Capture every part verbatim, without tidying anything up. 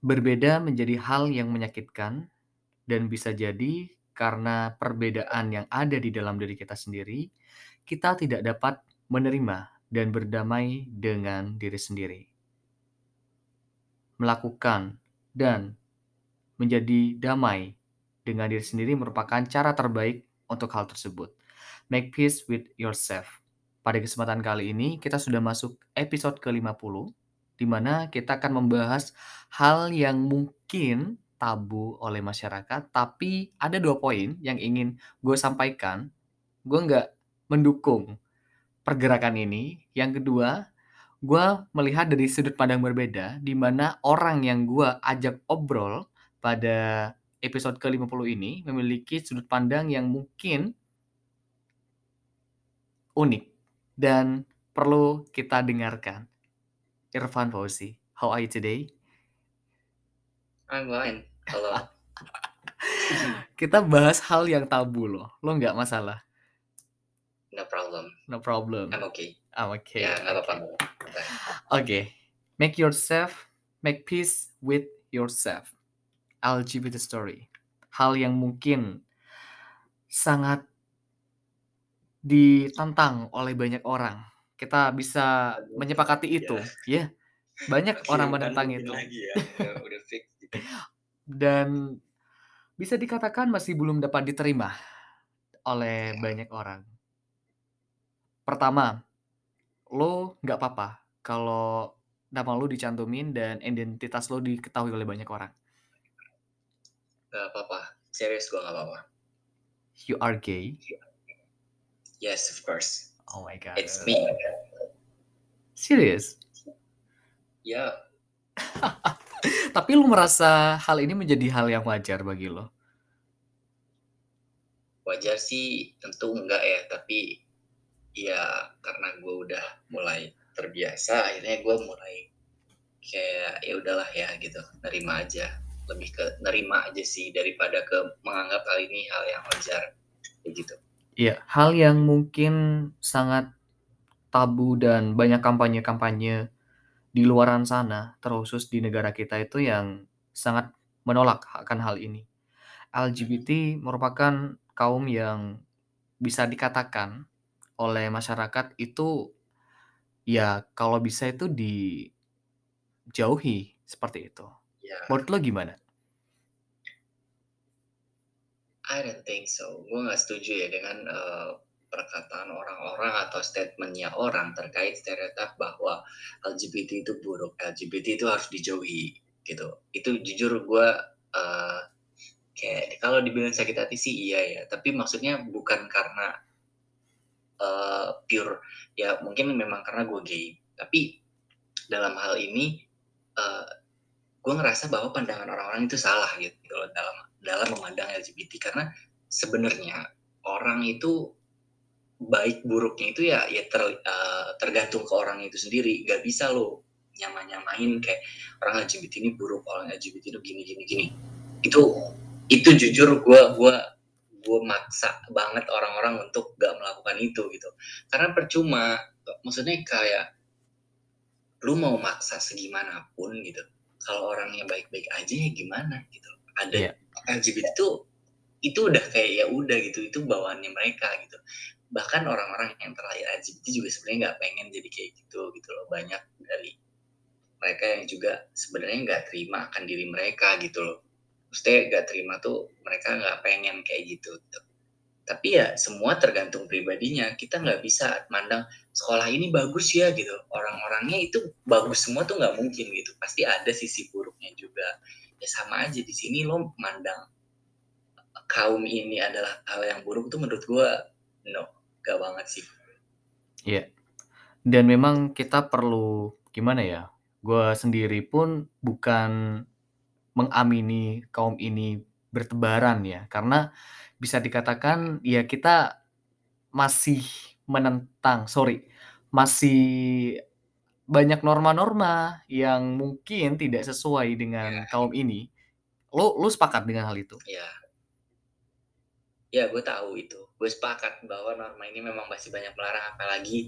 Berbeda menjadi hal yang menyakitkan dan bisa jadi karena perbedaan yang ada di dalam diri kita sendiri, kita tidak dapat menerima dan berdamai dengan diri sendiri. Melakukan dan menjadi damai dengan diri sendiri merupakan cara terbaik untuk hal tersebut. Make peace with yourself. Pada kesempatan kali ini kita sudah masuk episode ke lima puluh, di mana kita akan membahas hal yang mungkin tabu oleh masyarakat, tapi ada dua poin yang ingin gue sampaikan. Gue nggak mendukung pergerakan ini. Yang kedua, gue melihat dari sudut pandang berbeda, di mana orang yang gue ajak obrol pada episode ke lima puluh ini memiliki sudut pandang yang mungkin unik dan perlu kita dengarkan. Irfan Fauzi, how are you today? I'm fine. Halo. Kita bahas hal yang tabu loh, lo nggak masalah? No problem. No problem. I'm okay. I'm Ya, okay, nggak apa-apa. okay. Santai. Okay, make yourself, make peace with yourself. L G B T story. Hal yang mungkin sangat ditantang oleh banyak orang. Kita bisa menyepakati Ya. itu, ya. Banyak Oke, orang bukan menentang mungkin itu. lagi ya. Udah, udah fix gitu. Dan bisa dikatakan masih belum dapat diterima oleh Ya. banyak orang. Pertama, lo nggak apa-apa kalau nama lo dicantumin dan identitas lo diketahui oleh banyak orang. Nggak apa-apa. Serius gue nggak apa-apa. You are gay. Yes, of course. Oh my god. It's me. Serious? Ya, Tapi lo merasa hal ini menjadi hal yang wajar bagi lo? wajar sih tentu enggak ya. Tapi ya karena gue udah mulai terbiasa, akhirnya gue mulai kayak ya udahlah ya gitu. Nerima aja. Lebih ke nerima aja sih daripada ke menganggap hal ini hal yang wajar. Kayak gitu. Iya, hal yang mungkin sangat tabu dan banyak kampanye-kampanye di luaran sana, terkhusus di negara kita itu yang sangat menolak akan hal ini. L G B T merupakan kaum yang bisa dikatakan oleh masyarakat itu, ya kalau bisa itu dijauhi, seperti itu. Ya, Menurut lo gimana? I don't think so. Gue nggak setuju ya dengan uh, perkataan orang-orang atau statementnya orang terkait stereotip bahwa L G B T itu buruk, L G B T itu harus dijauhi gitu. Itu jujur gue uh, kayak kalau dibilang sakit hati sih iya ya, tapi maksudnya bukan karena uh, pure ya mungkin memang karena gue gay, tapi dalam hal ini uh, gue ngerasa bahwa pandangan orang-orang itu salah gitu loh dalam dalam memandang L G B T karena sebenarnya orang itu baik buruknya itu ya ya ter, uh, tergantung ke orang itu sendiri. Gak bisa lo nyama-nyamain kayak orang L G B T ini buruk, orang L G B T itu gini gini gini. Itu itu jujur gue gue gue maksa banget orang-orang untuk gak melakukan itu gitu. Karena percuma, maksudnya kayak lu mau maksa segimanapun gitu. Kalau orangnya baik-baik aja ya gimana gitu. Ada Iya. L G B T itu itu udah kayak ya udah gitu, itu bawaannya mereka gitu. Bahkan orang-orang yang terlahir L G B T juga sebenarnya nggak pengen jadi kayak gitu gitu loh. Banyak dari mereka yang juga sebenarnya nggak terima akan diri mereka gitu loh. Maksudnya nggak terima tuh mereka nggak pengen kayak gitu, gitu. Tapi ya semua tergantung pribadinya. Kita nggak bisa mandang sekolah ini bagus ya gitu. Orang-orangnya itu bagus semua tuh nggak mungkin gitu. Pasti ada sisi buruknya juga. Ya sama aja di sini lo mandang kaum ini adalah hal yang buruk tuh menurut gue no, gak banget sih. Iya. Dan memang kita perlu gimana ya, gue sendiri pun bukan mengamini kaum ini bertebaran ya, karena bisa dikatakan ya kita masih menentang sorry, masih banyak norma-norma yang mungkin tidak sesuai Ya, dengan kaum ini. Lo lo sepakat dengan hal itu? ya, ya gue tahu itu. Gue sepakat bahwa norma ini memang masih banyak melarang, apalagi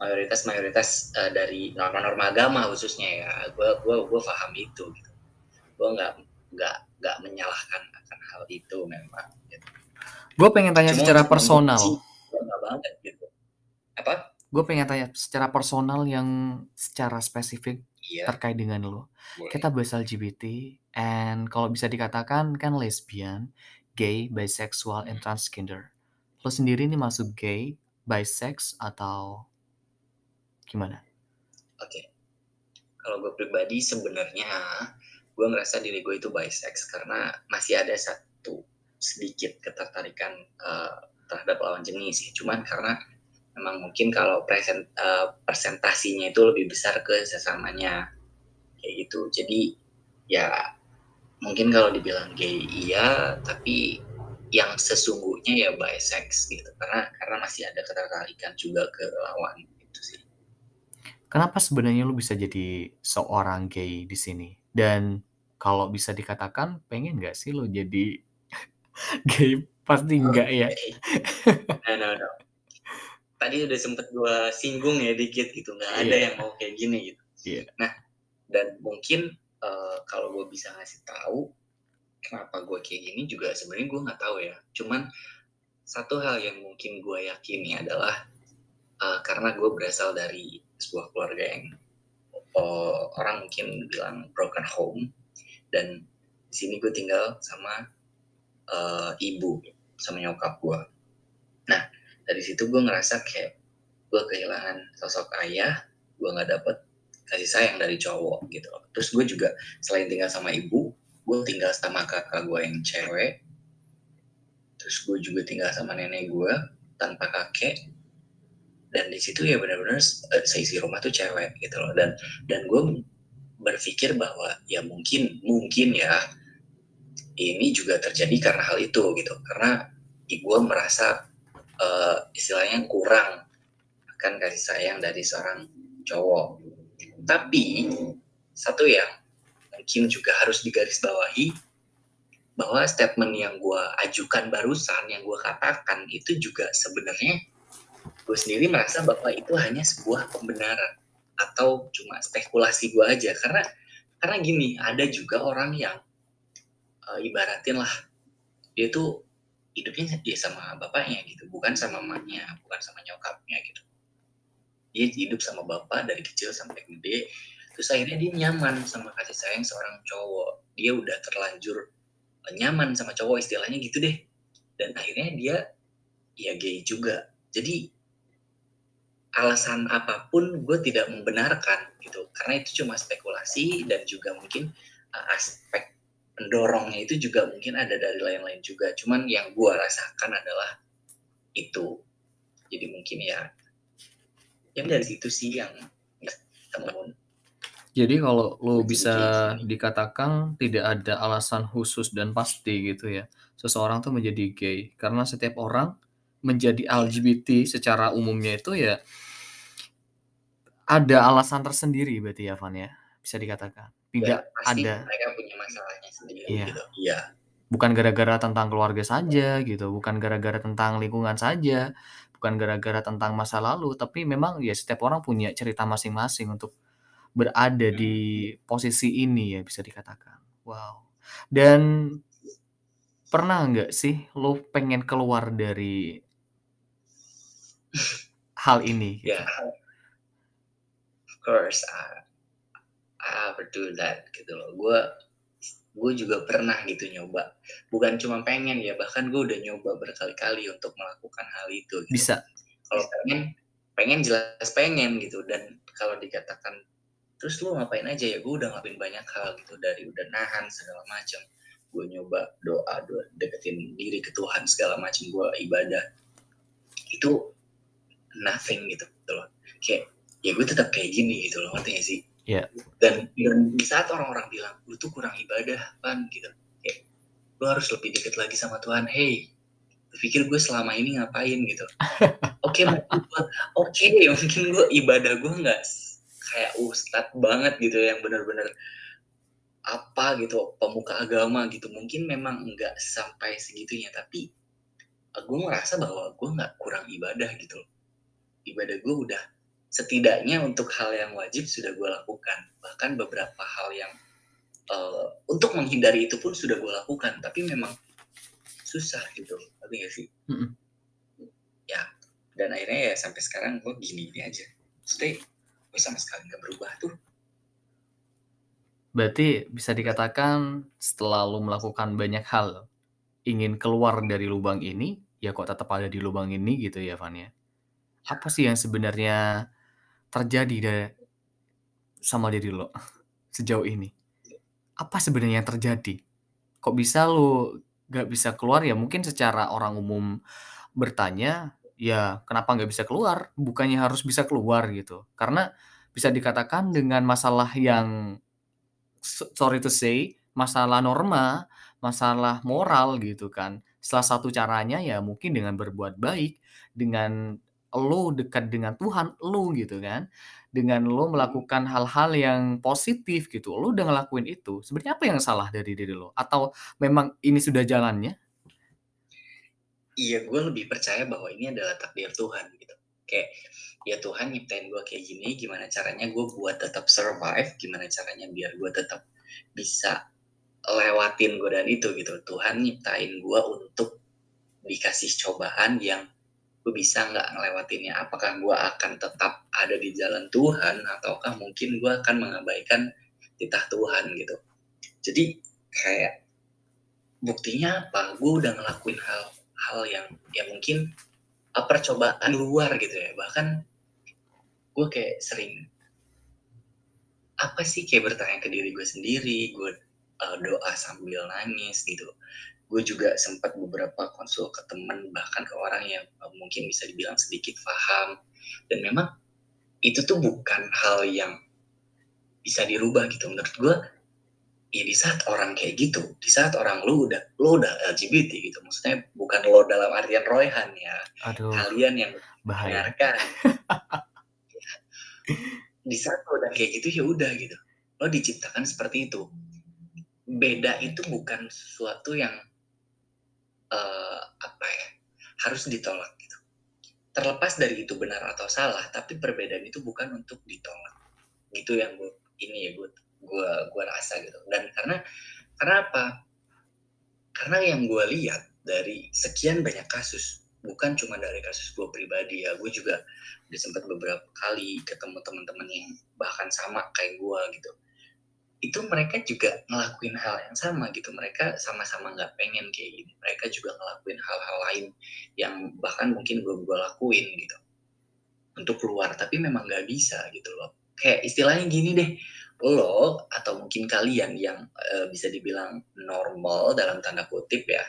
mayoritas-mayoritas uh, dari norma-norma agama khususnya ya. Gue gue gue paham itu gitu. gue nggak nggak nggak menyalahkan akan hal itu memang gitu. Gue pengen tanya Cuma secara untuk membenci, personal. gue nggak banget gitu. Apa? Gue pengen tanya secara personal yang secara spesifik Iya, terkait dengan lo. boleh. Kita bahas L G B T, and kalau bisa dikatakan kan lesbian, gay, bisexual, and Mhm, transgender. Lo sendiri nih masuk gay, bisex, atau gimana? oke. Kalau gue pribadi sebenarnya, gue ngerasa diri gue itu bisex karena masih ada satu sedikit ketertarikan, eee, terhadap lawan jenis ya. Cuman karena memang mungkin kalau presen eee, persentasinya itu lebih besar ke sesamanya, kayak gitu. Jadi, ya mungkin kalau dibilang gay iya, tapi yang sesungguhnya ya bisex gitu, karena karena masih ada ketertarikan juga ke lawan, gitu sih. Kenapa sebenarnya lo bisa jadi seorang gay di sini? Dan kalau bisa dikatakan, pengen nggak sih lo jadi gay? Pasti enggak ya? Oke. No no no. Tadi udah sempet gua singgung ya dikit gitu, nggak ada Iya, yang mau kayak gini gitu. iya. Nah, dan mungkin, eee, kalau gua bisa ngasih tahu kenapa gua kayak gini juga sebenarnya gua nggak tahu ya. Cuman satu hal yang mungkin gua yakini adalah, eee, karena gua berasal dari sebuah keluarga yang, eee, orang mungkin bilang broken home, dan di sini gue tinggal sama, eee, ibu, sama nyokap gua. Nah, dari situ gue ngerasa kayak gue kehilangan sosok ayah, gue nggak dapet kasih sayang dari cowok gitu loh. Terus gue juga selain tinggal sama ibu, gue tinggal sama kakak gue yang cewek, terus gue juga tinggal sama nenek gue tanpa kakek, dan di situ ya benar-benar uh, seisi rumah tuh cewek gitu loh. Dan dan gue berpikir bahwa ya mungkin mungkin ya ini juga terjadi karena hal itu gitu, karena gue merasa uh, istilahnya kurang akan kasih sayang dari seorang cowok. Tapi satu yang mungkin juga harus digarisbawahi, bahwa statement yang gue ajukan barusan, yang gue katakan itu juga sebenarnya gue sendiri merasa bahwa itu hanya sebuah pembenaran atau cuma spekulasi gue aja. Karena karena gini, ada juga orang yang uh, ibaratin lah, dia tuh hidupnya dia sama bapaknya gitu, bukan sama mamanya, bukan sama nyokapnya gitu. Dia hidup sama bapak dari kecil sampai gede, terus akhirnya dia nyaman sama kasih sayang seorang cowok. Dia udah terlanjur nyaman sama cowok istilahnya gitu deh. Dan akhirnya dia ya gay juga. Jadi alasan apapun gue tidak membenarkan gitu. Karena itu cuma spekulasi dan juga mungkin uh, aspek pendorongnya itu juga mungkin ada dari lain-lain juga. Cuman yang gue rasakan adalah itu. Jadi mungkin ya yang dari situ sih yang temen. Jadi kalau lo Gue jadi bisa kayak gini. dikatakan tidak ada alasan khusus dan pasti gitu ya, seseorang tuh menjadi gay. Karena setiap orang menjadi Iya, L G B T secara umumnya itu ya ada alasan tersendiri berarti ya, Van, ya? Bisa dikatakan. ya Tidak pasti ada, mereka punya masalahnya sendiri iya, gitu. Iya, bukan gara-gara tentang keluarga saja gitu, bukan gara-gara tentang lingkungan saja, bukan gara-gara tentang masa lalu, tapi memang ya setiap orang punya cerita masing-masing untuk berada mhm, di posisi ini ya bisa dikatakan. Wow. Dan pernah nggak sih lo pengen keluar dari hal ini ya gitu? of course, I I ever do that gitu loh. Gue gue juga pernah gitu nyoba. Bukan cuma pengen ya, bahkan gue udah nyoba berkali-kali untuk melakukan hal itu gitu. Bisa Kalau pengen, pengen jelas pengen gitu. Dan kalau dikatakan, terus lu ngapain aja ya? Gue udah ngelakuin banyak hal gitu. Dari udah nahan segala macam. Gue nyoba doa, doa, deketin diri ke Tuhan segala macam. Gue ibadah. Itu nothing gitu loh. Kayak, ya gue tetap kayak gini gitu loh. Ngerti gak sih? ya. Dan, dan di saat orang-orang bilang, lu tuh kurang ibadah, Pan, gitu. Kayak, lu harus lebih deket lagi sama Tuhan. Hey, pikir gue selama ini ngapain gitu. Oke, okay, mungkin gue, oke, okay, mungkin gue ibadah gue nggak kayak ustad banget gitu, yang bener-bener apa gitu, pemuka agama gitu. Mungkin memang nggak sampai segitunya, tapi gue merasa bahwa gue nggak kurang ibadah gitu. Ibadah gue udah setidaknya untuk hal yang wajib sudah gue lakukan. Bahkan beberapa hal yang eee, untuk menghindari itu pun sudah gue lakukan, tapi memang susah gitu, ngerti nggak sih? Mhm. Ya, dan akhirnya ya sampai sekarang gue gini-gini aja. Maksudnya gue sama sekali nggak berubah tuh. Berarti bisa dikatakan setelah lu melakukan banyak hal, ingin keluar dari lubang ini, ya kok tetap ada di lubang ini gitu ya, Van, ya? Apa sih yang sebenarnya terjadi da sama diri lo sejauh ini? Apa sebenarnya yang terjadi? Kok bisa lu nggak bisa keluar? Ya mungkin secara orang umum bertanya, ya kenapa nggak bisa keluar? Bukannya harus bisa keluar gitu. Karena bisa dikatakan dengan masalah yang so sorry to say, masalah norma, masalah moral gitu kan. Salah satu caranya ya mungkin dengan berbuat baik, dengan lo dekat dengan Tuhan lo gitu kan, dengan lo Mhm. melakukan hal-hal yang positif gitu, lo udah ngelakuin itu, sebenarnya apa yang salah dari diri lo? Atau memang ini sudah jalannya? Iya, gue lebih percaya bahwa ini adalah takdir Tuhan gitu. Kayak, ya Tuhan nyiptain gue kayak gini, gimana caranya gue buat tetap survive, gimana caranya biar gue tetap bisa lewatin godaan itu gitu. Tuhan nyiptain gue untuk dikasih cobaan yang gue bisa nggak ngelewatinnya. Apakah gue akan tetap ada di jalan Tuhan, ataukah mungkin gue akan mengabaikan titah Tuhan gitu. Jadi kayak buktinya apa? Gue udah ngelakuin hal-hal yang ya mungkin uh, percobaan luar gitu ya. Bahkan gue kayak sering apa sih kayak bertanya ke diri gue sendiri, gue uh, doa sambil nangis gitu. Gue juga sempat beberapa konsul ke teman bahkan ke orang yang uh, mungkin bisa dibilang sedikit paham. Dan memang itu tuh bukan hal yang bisa dirubah gitu menurut gue. Ya di saat orang kayak gitu, di saat orang lu udah lu udah L G B T gitu, maksudnya bukan lo dalam artian Royhan ya, Aduh, kalian yang bahaya. mendengarkan. Di saat lo udah kayak gitu, ya udah gitu. Lo diciptakan seperti itu. Beda itu bukan sesuatu yang, eee, apa ya, harus ditolak gitu. Terlepas dari itu benar atau salah, tapi perbedaan itu bukan untuk ditolak. Gitu yang gue ini ya, gue gue gue rasa gitu. Dan karena karena apa? Karena yang gue lihat dari sekian banyak kasus, bukan cuma dari kasus gue pribadi ya, gue juga udah sempat beberapa kali ketemu teman-teman yang bahkan sama kayak gue gitu. Itu mereka juga ngelakuin hal yang sama gitu, mereka sama-sama nggak pengen kayak gini, mereka juga ngelakuin hal-hal lain yang bahkan mungkin belum gue lakuin gitu, untuk keluar, tapi memang nggak bisa gitu loh. Kayak istilahnya gini deh, lo atau mungkin kalian yang, eee, bisa dibilang normal dalam tanda kutip ya,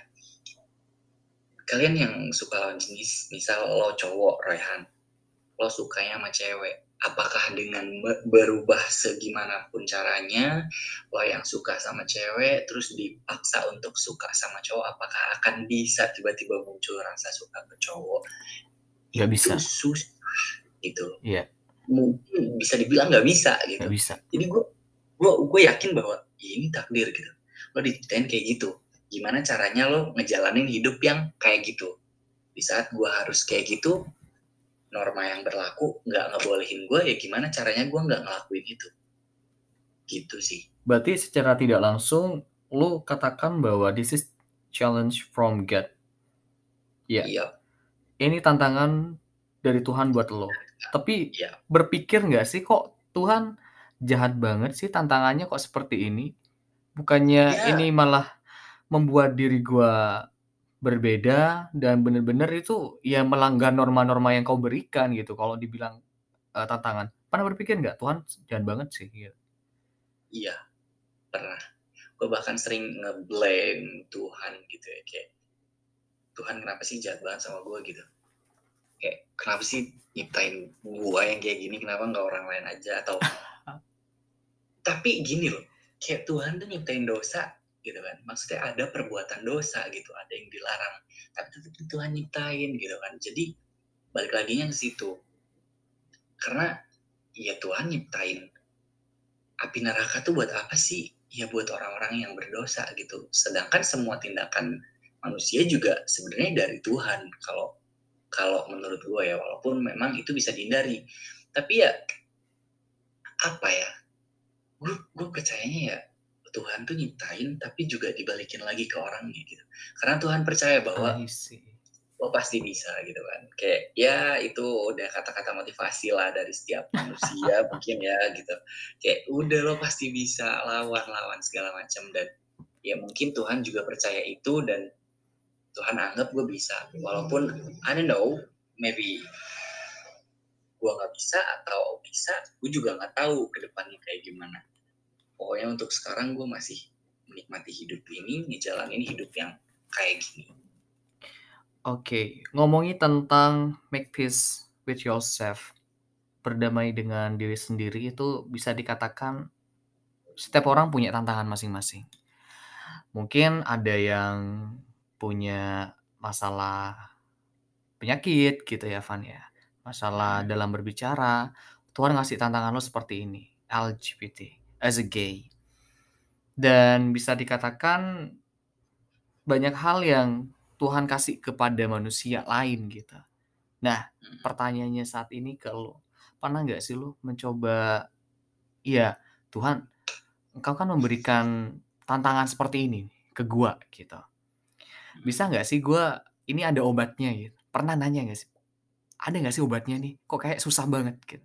kalian yang suka lawan jenis, misal lo cowok, Raihan, lo sukanya sama cewek, apakah dengan be berubah segimanapun caranya, lo yang suka sama cewek, terus dipaksa untuk suka sama cowok, apakah akan bisa tiba-tiba muncul rasa suka ke cowok? Nggak Itu bisa. susah gitu. Iya, Mungkin bisa dibilang nggak bisa nggak gitu. bisa. Jadi gue gue gue yakin bahwa ya ini takdir gitu. Lo diciptain kayak gitu. Gimana caranya lo ngejalanin hidup yang kayak gitu? Di saat gue harus kayak gitu, norma yang berlaku nggak ngebolehin gue, ya gimana caranya gue nggak ngelakuin itu? Gitu sih. Berarti secara tidak langsung lu katakan bahwa this is challenge from God. Ya, Iya, ini tantangan dari Tuhan buat lo. Tapi iya, berpikir nggak sih kok Tuhan jahat banget sih tantangannya kok seperti ini? Bukannya ya, ini malah membuat diri gua berbeda dan bener-bener itu ya melanggar norma-norma yang Kau berikan gitu kalau dibilang, eee, tantangan. Pernah berpikir nggak, Tuhan jahat banget sih gitu? iya, pernah. Gue bahkan sering nge-blame Tuhan gitu ya, kayak, "Tuhan kenapa sih jahat banget sama gue?" Gitu. Kayak, "Kenapa sih nyiptain gue yang kayak gini, kenapa nggak orang lain aja?" Atau tapi gini loh, kayak Tuhan tuh nyiptain dosa gitu kan, maksudnya ada perbuatan dosa gitu, ada yang dilarang, tapi tetep Tuhan nyiptain gitu kan. Jadi balik laginya ke situ, karena ya Tuhan nyiptain api neraka tuh buat apa sih? Ya buat orang-orang yang berdosa gitu. Sedangkan semua tindakan manusia juga sebenarnya dari Tuhan kalau kalau menurut gue ya, walaupun memang itu bisa dihindari. Tapi ya apa ya, gue gue percayanya ya Tuhan tuh nyiptain tapi juga dibalikin lagi ke orangnya gitu. Karena Tuhan percaya bahwa I see. lo pasti bisa gitu kan. Kayak ya itu udah kata-kata motivasi lah dari setiap manusia mungkin ya gitu. Kayak udah lo pasti bisa lawan-lawan segala macam dan ya mungkin Tuhan juga percaya itu dan Tuhan anggap gue bisa. Walaupun I don't know, maybe gue nggak bisa atau bisa, gue juga nggak tahu ke depannya kayak gimana. Pokoknya untuk sekarang gue masih menikmati hidup ini, ngejalanin hidup yang kayak gini. Oke, ngomongin tentang make peace with yourself, berdamai dengan diri sendiri itu bisa dikatakan setiap orang punya tantangan masing-masing. Mungkin ada yang punya masalah penyakit gitu ya, Van, ya, masalah Mhm. dalam berbicara, Tuhan ngasih tantangan lo seperti ini, L G B T, as a gay. Dan bisa dikatakan banyak hal yang Tuhan kasih kepada manusia lain gitu. Nah, Mhm. pertanyaannya saat ini ke lo, pernah nggak sih lo mencoba, iya, Tuhan, Engkau kan memberikan tantangan seperti ini ke gua gitu. Mhm. Bisa nggak sih gua ini ada obatnya gitu? Pernah nanya nggak sih? Ada nggak sih obatnya nih? Kok kayak susah banget gitu?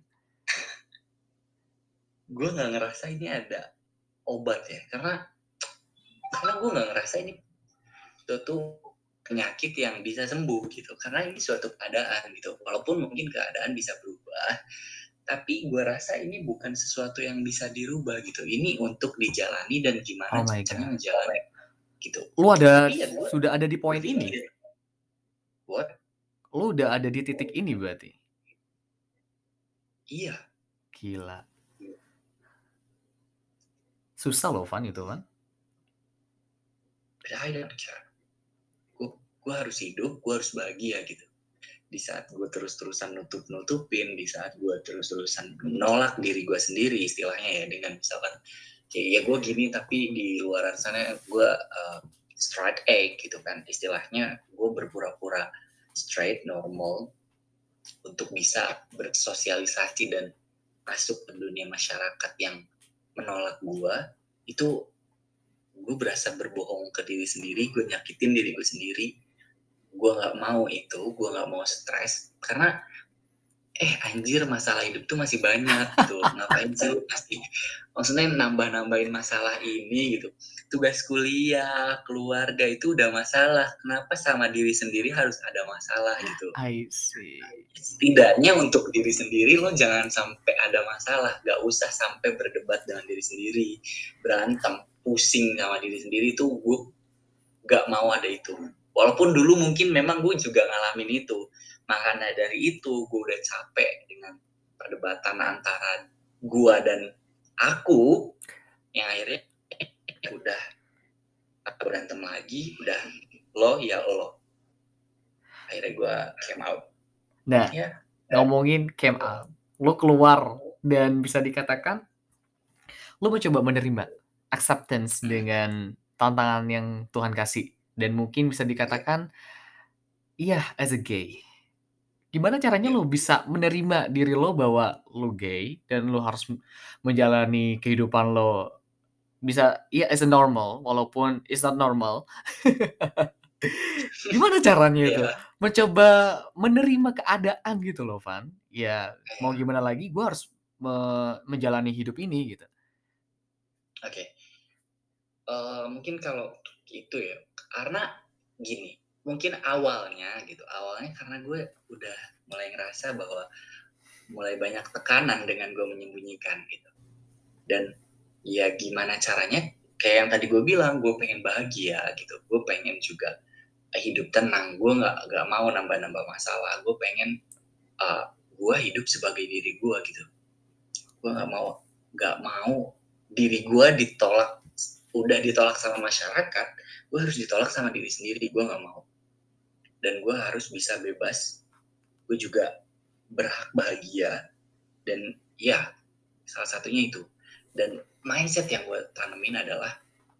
Gue nggak ngerasa ini ada obat ya, karena karena gue nggak ngerasa ini suatu penyakit yang bisa sembuh gitu. Karena ini suatu keadaan gitu. Walaupun mungkin keadaan bisa berubah, tapi gue rasa ini bukan sesuatu yang bisa dirubah gitu. Ini untuk dijalani dan gimana Oh my caranya god. ngejalanin gitu. Lu ada Tapi ya gue sudah ada di poin ini? berpikir, buat Lu udah ada di titik ini berarti? iya. Gila. Susah loh, Van, itu, Van. Beda cara. Gue gue harus hidup, gue harus bahagia gitu. Di saat gue terus-terusan nutup-nutupin, di saat gue terus-terusan menolak diri gue sendiri istilahnya ya, dengan misalkan kayak ya gue gini tapi di luar sana gue uh, straight A gitu kan, istilahnya gue berpura-pura straight normal untuk bisa bersosialisasi dan masuk ke dunia masyarakat yang menolak gue. Itu gue berasa berbohong ke diri sendiri, gue nyakitin diri gue sendiri. Gue nggak mau itu, gue nggak mau stres karena eh anjir masalah hidup tuh masih banyak gitu. Ngapain sih lu pasti maksudnya nambah-nambahin masalah ini gitu. Tugas kuliah, keluarga itu udah masalah. Kenapa sama diri sendiri harus ada masalah gitu. I see. Setidaknya untuk diri sendiri lo jangan sampai ada masalah. Gak usah sampai berdebat dengan diri sendiri. Berantem, pusing sama diri sendiri tuh gue gak mau ada itu. Walaupun dulu mungkin memang gue juga ngalamin itu. Makanya dari itu gue udah capek dengan perdebatan antara gue dan aku yang akhirnya udah berantem lagi, udah lo ya lo. Akhirnya gue came out. Nah, Ya, ngomongin came out, lu keluar dan bisa dikatakan lu mencoba menerima acceptance hmm, dengan tantangan yang Tuhan kasih dan mungkin bisa ya, dikatakan, iya, as a gay. Gimana caranya ya. lu bisa menerima diri lo bahwa lu gay dan lu harus menjalani kehidupan lo bisa iya as a normal walaupun it's not normal. Gimana caranya itu? Ya, Mencoba menerima keadaan gitu loh, Van. Ya mau ya. gimana lagi gue harus me menjalani hidup ini gitu. Oke. Okay. Uh, mungkin kalau itu ya, karena gini, mungkin awalnya gitu, awalnya karena gue udah mulai ngerasa bahwa mulai banyak tekanan dengan gue menyembunyikan gitu. Dan ya gimana caranya, kayak yang tadi gue bilang, gue pengen bahagia gitu, gue pengen juga hidup tenang, gue nggak nggak mau nambah-nambah masalah, gue pengen uh, gue hidup sebagai diri gue gitu, gue nggak mau nggak mau diri gue ditolak, udah ditolak sama masyarakat, gue harus ditolak sama diri sendiri, gue nggak mau. Dan gue harus bisa bebas, gue juga berhak bahagia, dan ya salah satunya itu. Dan mindset yang gue tanemin adalah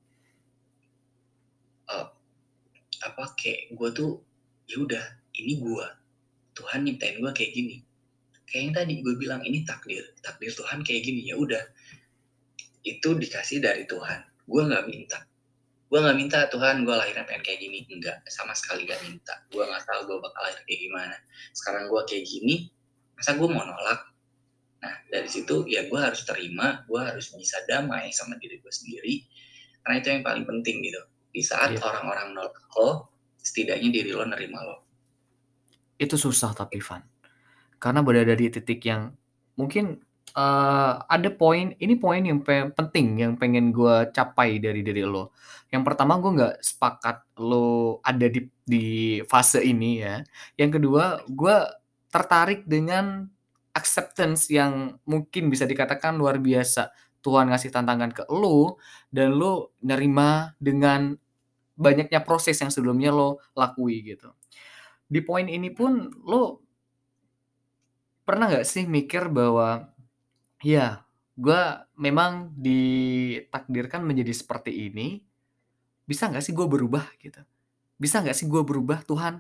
uh, apa kayak gue tuh ya udah ini gue, Tuhan nyiptain gue kayak gini, kayak yang tadi gue bilang ini takdir takdir Tuhan kayak gini, ya udah itu dikasih dari Tuhan, gue nggak minta. Gue nggak minta Tuhan gue lahirnya pengen kayak gini, enggak, sama sekali nggak minta. Gue nggak tahu gue bakal lahir kayak gimana. Sekarang gue kayak gini, masa gue mau nolak? Nah dari situ ya gue harus terima, gue harus bisa damai sama diri gue sendiri. Karena itu yang paling penting gitu. Di saat Iya. orang-orang nolak lo, setidaknya diri lo nerima lo. Itu susah tapi Van. Karena berada di titik yang mungkin, eee, ada poin ini poin yang pe penting yang pengen gue capai dari diri lo. Yang pertama gue nggak sepakat lo ada di di fase ini ya. Yang kedua, gue tertarik dengan acceptance yang mungkin bisa dikatakan luar biasa. Tuhan ngasih tantangan ke lo dan lo nerima dengan banyaknya proses yang sebelumnya lo lakui gitu. Di poin ini pun lo pernah nggak sih mikir bahwa, ya gue memang ditakdirkan menjadi seperti ini, bisa nggak sih gue berubah gitu? Bisa nggak sih gue berubah Tuhan?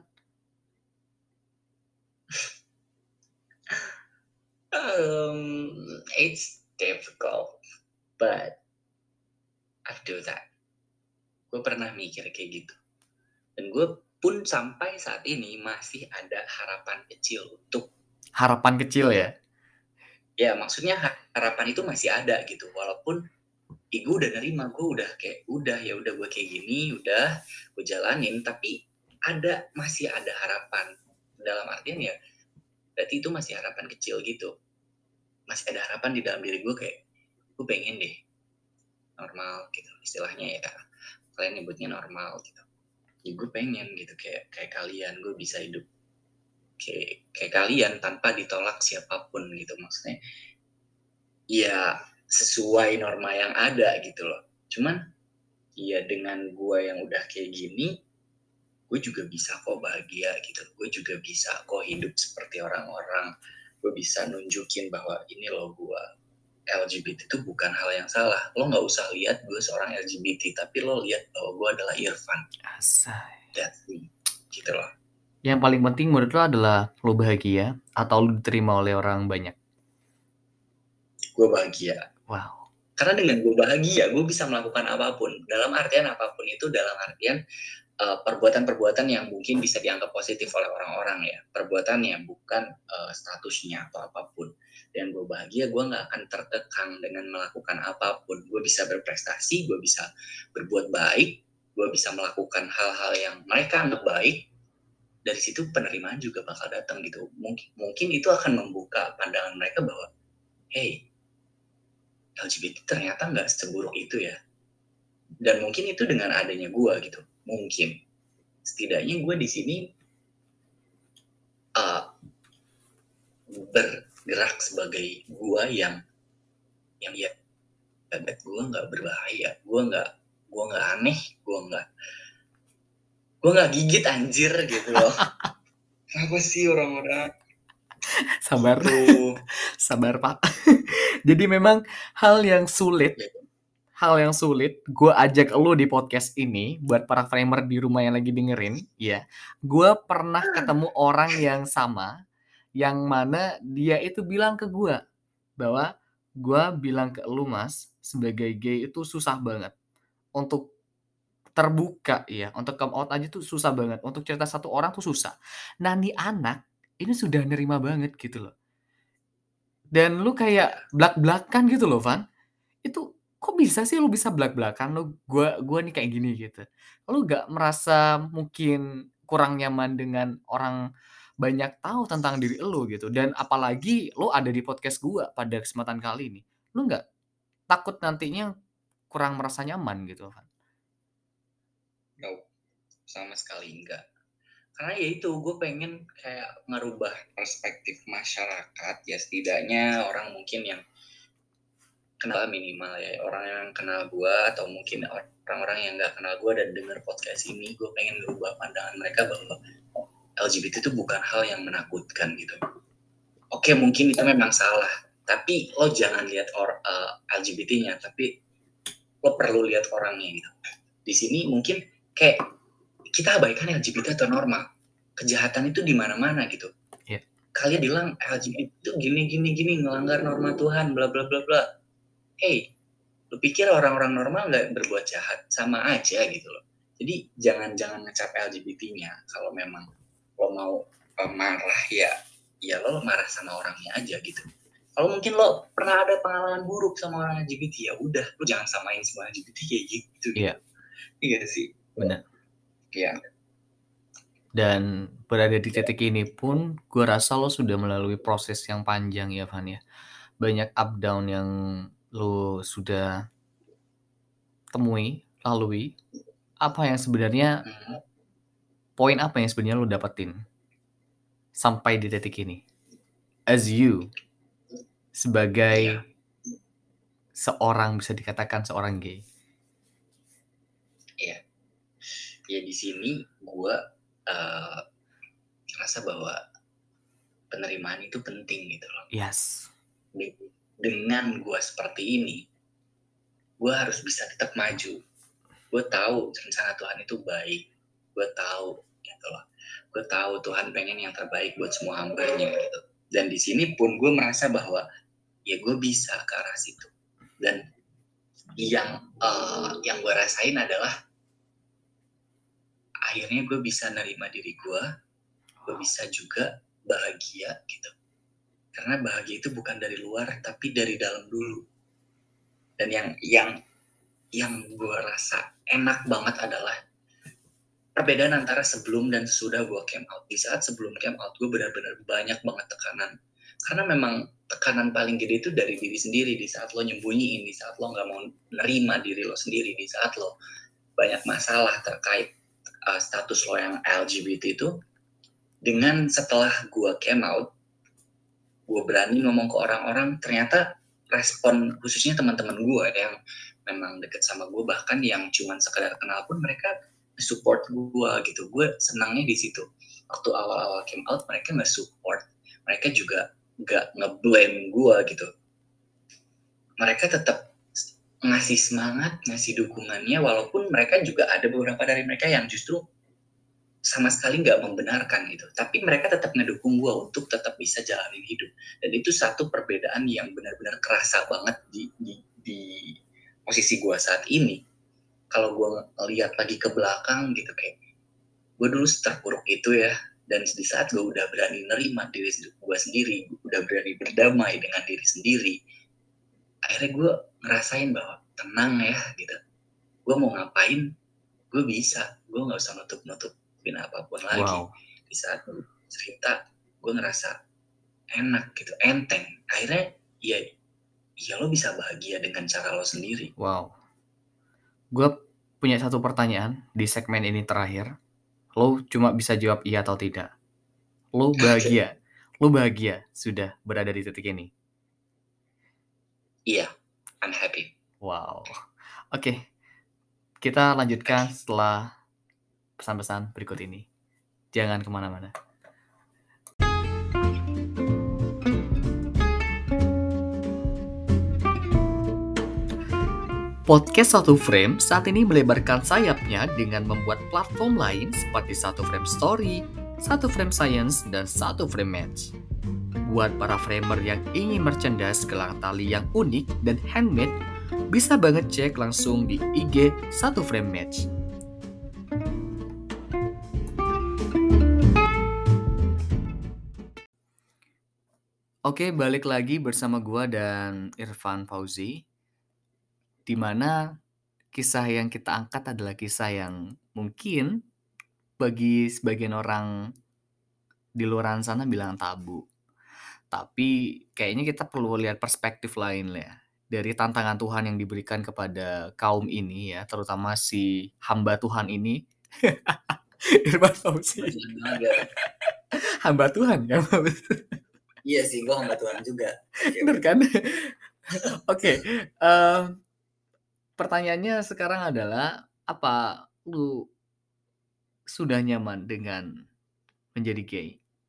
Um, it's difficult, but I do that. Gue pernah mikir kayak gitu. Dan gue pun sampai saat ini masih ada harapan kecil untuk Harapan kecil ya? ya maksudnya harapan itu masih ada gitu. Walaupun ya gue udah nerima, gue udah kayak udah ya udah gue kayak gini, udah gue jalanin, tapi ada masih ada harapan. Dalam artian ya berarti itu masih harapan kecil gitu. Masih ada harapan di dalam diri gue kayak gue pengen deh normal gitu istilahnya ya. Kalian nyebutnya normal gitu. Ya gue pengen gitu kayak kayak kalian, gue bisa hidup kayak kayak kalian tanpa ditolak siapapun gitu, maksudnya ya sesuai norma yang ada gitu loh. Cuman ya dengan gue yang udah kayak gini, gue juga bisa kok bahagia gitu, gue juga bisa kok hidup seperti orang-orang, gue bisa nunjukin bahwa ini loh gue, L G B T itu bukan hal yang salah. Lo nggak usah lihat gue seorang L G B T, tapi lo lihat bahwa gue adalah Irfan. Asai. That's me. Gitu loh. Yang paling penting menurut lo adalah lo bahagia atau lo diterima oleh orang banyak? Gue bahagia. Wow. Karena dengan gue bahagia, gue bisa melakukan apapun. Dalam artian apapun itu, dalam artian uh, perbuatan-perbuatan yang mungkin bisa dianggap positif oleh orang-orang ya. Perbuatan yang bukan uh, statusnya atau apapun. Dan gue bahagia, gue gak akan terkekang dengan melakukan apapun. Gue bisa berprestasi, gue bisa berbuat baik, gue bisa melakukan hal-hal yang mereka anggap baik. Dari situ penerimaan juga bakal datang gitu. Mungkin, mungkin itu akan membuka pandangan mereka bahwa, hey, L G B T ternyata nggak seburuk itu ya. Dan mungkin itu dengan adanya gue gitu. Mungkin. Setidaknya gue di sini uh, bergerak sebagai gue yang yang ya gue nggak berbahaya, gue nggak gue nggak aneh, gue nggak gue nggak gigit anjir gitu loh. Kenapa sih orang-orang Sabar. gitu? Sabar Pak. Jadi memang hal yang sulit Ya, hal yang sulit gue ajak lo di podcast ini buat para framer di rumah yang lagi dengerin ya. Gue pernah ketemu orang yang sama yang mana dia itu bilang ke gue bahwa gue bilang ke lu Mas sebagai gay itu susah banget untuk terbuka ya, untuk come out aja tuh susah banget, untuk cerita satu orang tuh susah. Nah nih anak ini sudah nerima banget gitu loh. Dan lu ya, kayak blak-blakan gitu loh Van. Itu kok bisa sih lu bisa blak-blakan lu, gua gua nih kayak gini gitu. Lu nggak merasa mungkin kurang nyaman dengan orang banyak tahu tentang diri lu gitu, dan apalagi lu ada di podcast gua pada kesempatan kali ini. Lu nggak takut nantinya kurang merasa nyaman gitu, Van? no, sama sekali enggak. Karena ya itu gue pengen kayak ngerubah perspektif masyarakat ya, setidaknya orang mungkin yang kenal minimal ya, orang yang kenal gue atau mungkin orang-orang yang nggak kenal gue dan denger podcast ini, gue pengen ngerubah pandangan mereka bahwa L G B T itu bukan hal yang menakutkan gitu. Oke mungkin itu memang salah, tapi lo jangan lihat or, uh, L G B T-nya, tapi lo perlu lihat orangnya gitu. Di sini mungkin kayak kita abaikan L G B T atau normal, kejahatan itu di mana-mana gitu. Yeah. Kalian bilang L G B T itu gini gini gini ngelanggar norma Tuhan, bla bla bla bla. Hey, Lu pikir orang-orang normal nggak berbuat jahat? Sama aja gitu loh. Jadi jangan jangan ngecap L G B T-nya. Kalau memang lo mau uh, marah ya, ya lo marah sama orangnya aja gitu. Kalau mungkin lo pernah ada pengalaman buruk sama orang L G B T, ya udah, lo jangan samain semua L G B T kayak gitu. Iya. Iya sih. Benar. Iya. Dan berada di titik ini pun, gue rasa lo sudah melalui proses yang panjang ya, Van ya. Banyak up down yang lo sudah temui, lalui. Apa yang sebenarnya, Mhm. poin apa yang sebenarnya lo dapetin sampai di titik ini? As you, sebagai Iya. seorang, bisa dikatakan seorang gay. Iya. Ya di sini gue uh, ngerasa bahwa penerimaan itu penting gitu loh. Yes. Dengan gue seperti ini, gue harus bisa tetap maju. Gue tahu rencana Tuhan itu baik. Gue tahu gitu loh. Gue tahu Tuhan pengen yang terbaik buat semua hambanya gitu. Dan di sini pun gue merasa bahwa ya gue bisa ke arah situ. Dan yang uh, yang gue rasain adalah akhirnya gue bisa nerima diri gue. Gue bisa juga bahagia gitu. Karena bahagia itu bukan dari luar, tapi dari dalam dulu. Dan yang yang yang gue rasa enak banget adalah perbedaan antara sebelum dan sesudah gue camp out. Di saat sebelum camp out, gue benar-benar banyak banget tekanan. Karena memang tekanan paling gede itu dari diri sendiri. Di saat lo nyembunyiin, di saat lo gak mau nerima diri lo sendiri, di saat lo banyak masalah terkait uh, status lo yang L G B T itu. Dengan setelah gue camp out, gue berani ngomong ke orang-orang, ternyata respon khususnya teman-teman gue yang memang deket sama gue, bahkan yang cuman sekedar kenal pun mereka support gue gitu. Gue senangnya di situ. Waktu awal-awal came out, mereka nggak support, mereka juga nggak ngeblame gue gitu. Mereka tetap ngasih semangat, ngasih dukungannya, walaupun mereka juga ada beberapa dari mereka yang justru sama sekali nggak membenarkan gitu. Tapi mereka tetap ngedukung gue untuk tetap bisa jalanin hidup. Dan itu satu perbedaan yang benar-benar kerasa banget di, di, di posisi gue saat ini. Kalau gue ngeliat lagi ke belakang gitu, kayak gue dulu terpuruk itu ya. Dan di saat gue udah berani nerima diri gue sendiri, udah berani berdamai dengan diri sendiri, akhirnya gue ngerasain bahwa tenang ya gitu. Gue mau ngapain, gue bisa. Gue gak usah nutup-nutup apapun lagi. Wow. Di saat cerita, gue ngerasa enak gitu, enteng. Akhirnya ya, ya lo bisa bahagia dengan cara lo sendiri. Wow. Gue punya satu pertanyaan di segmen ini terakhir. Lo cuma bisa jawab iya atau tidak. Lo bahagia? Lo bahagia sudah berada di titik ini? Iya, yeah, I'm happy. Wow. Oke, okay. Kita lanjutkan setelah pesan-pesan berikut ini. Jangan kemana-mana. Podcast Satu Frame saat ini melebarkan sayapnya dengan membuat platform lain seperti Satu Frame Story, Satu Frame Science, dan Satu Frame Match. Buat para framer yang ingin merchandise gelang tali yang unik dan handmade, bisa banget cek langsung di I G Satu Frame Match. Oke, balik lagi bersama gua dan Irfan Fauzi, di mana kisah yang kita angkat adalah kisah yang mungkin bagi sebagian orang di luar sana bilang tabu. Tapi kayaknya kita perlu lihat perspektif lain ya. Dari tantangan Tuhan yang diberikan kepada kaum ini ya, terutama si hamba Tuhan ini. Irfan Fauzi. Hamba Tuhan kan? Iya sih, gue hamba Tuhan juga. Bener kan? Oke, okay, uh, pertanyaannya sekarang adalah, apa lu sudah nyaman dengan menjadi gay?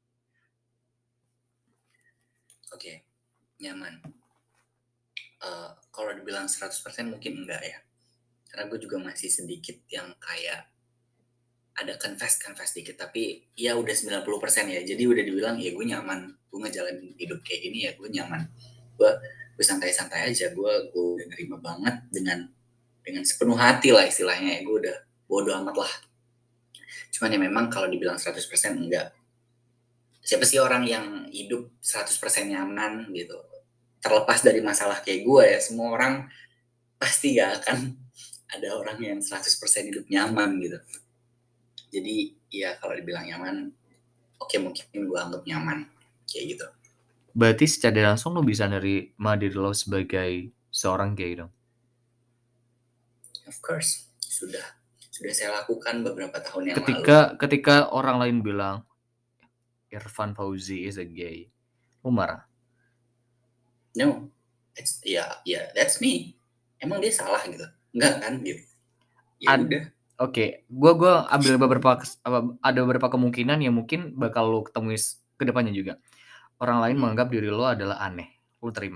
Oke, okay, nyaman. Uh, kalau dibilang seratus persen mungkin enggak ya. Karena gue juga masih sedikit yang kayak ada confess-confess dikit. Tapi ya udah sembilan puluh persen ya. Jadi udah dibilang ya gue nyaman. Gue ngejalanin hidup kayak gini ya gue nyaman. Gue gue santai-santai aja, gue gue udah nerima banget dengan dengan sepenuh hati lah istilahnya ya, gue udah bodo amat lah. Cuman ya memang kalau dibilang seratus persen enggak. Siapa sih orang yang hidup seratus persen nyaman gitu? Terlepas dari masalah kayak gue ya, semua orang pasti gak akan ada orang yang seratus persen hidup nyaman gitu. Jadi ya kalau dibilang nyaman, oke mungkin gue anggap nyaman, kayak gitu. Berarti secara langsung lo bisa nerima diri lo sebagai seorang gay dong? Of course, sudah sudah saya lakukan beberapa tahun yang Ketika lalu. ketika orang lain bilang, Irfan Fauzi is a gay, lo marah? No, it's ya ya that's me. Emang dia salah gitu? Enggak kan gitu. Ya Ad udah. Oke, gua gua ambil beberapa kes apa, ada beberapa kemungkinan yang mungkin bakal lo ketemui s ke depannya juga. Orang lain Hmm. menganggap diri lo adalah aneh, lo terima?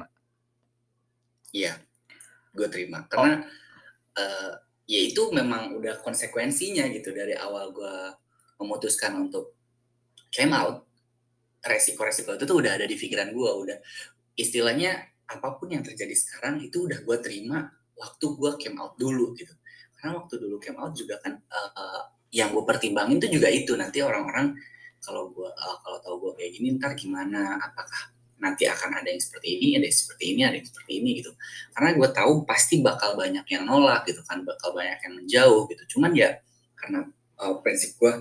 Iya, gue terima. Oh. Karena uh, ya itu memang udah konsekuensinya gitu dari awal gue memutuskan untuk came out. Resiko-resiko itu tuh udah ada di pikiran gue, udah istilahnya apapun yang terjadi sekarang itu udah gue terima waktu gue came out dulu gitu. Karena waktu dulu came out juga kan uh, yang gue pertimbangin tuh juga itu nanti orang-orang kalau gue uh, kalau tahu gue kayak gini ntar gimana, apakah nanti akan ada yang seperti ini, ada yang seperti ini, ada yang seperti ini gitu. Karena gue tahu pasti bakal banyak yang nolak gitu kan, bakal banyak yang menjauh gitu. Cuman ya karena uh, prinsip gue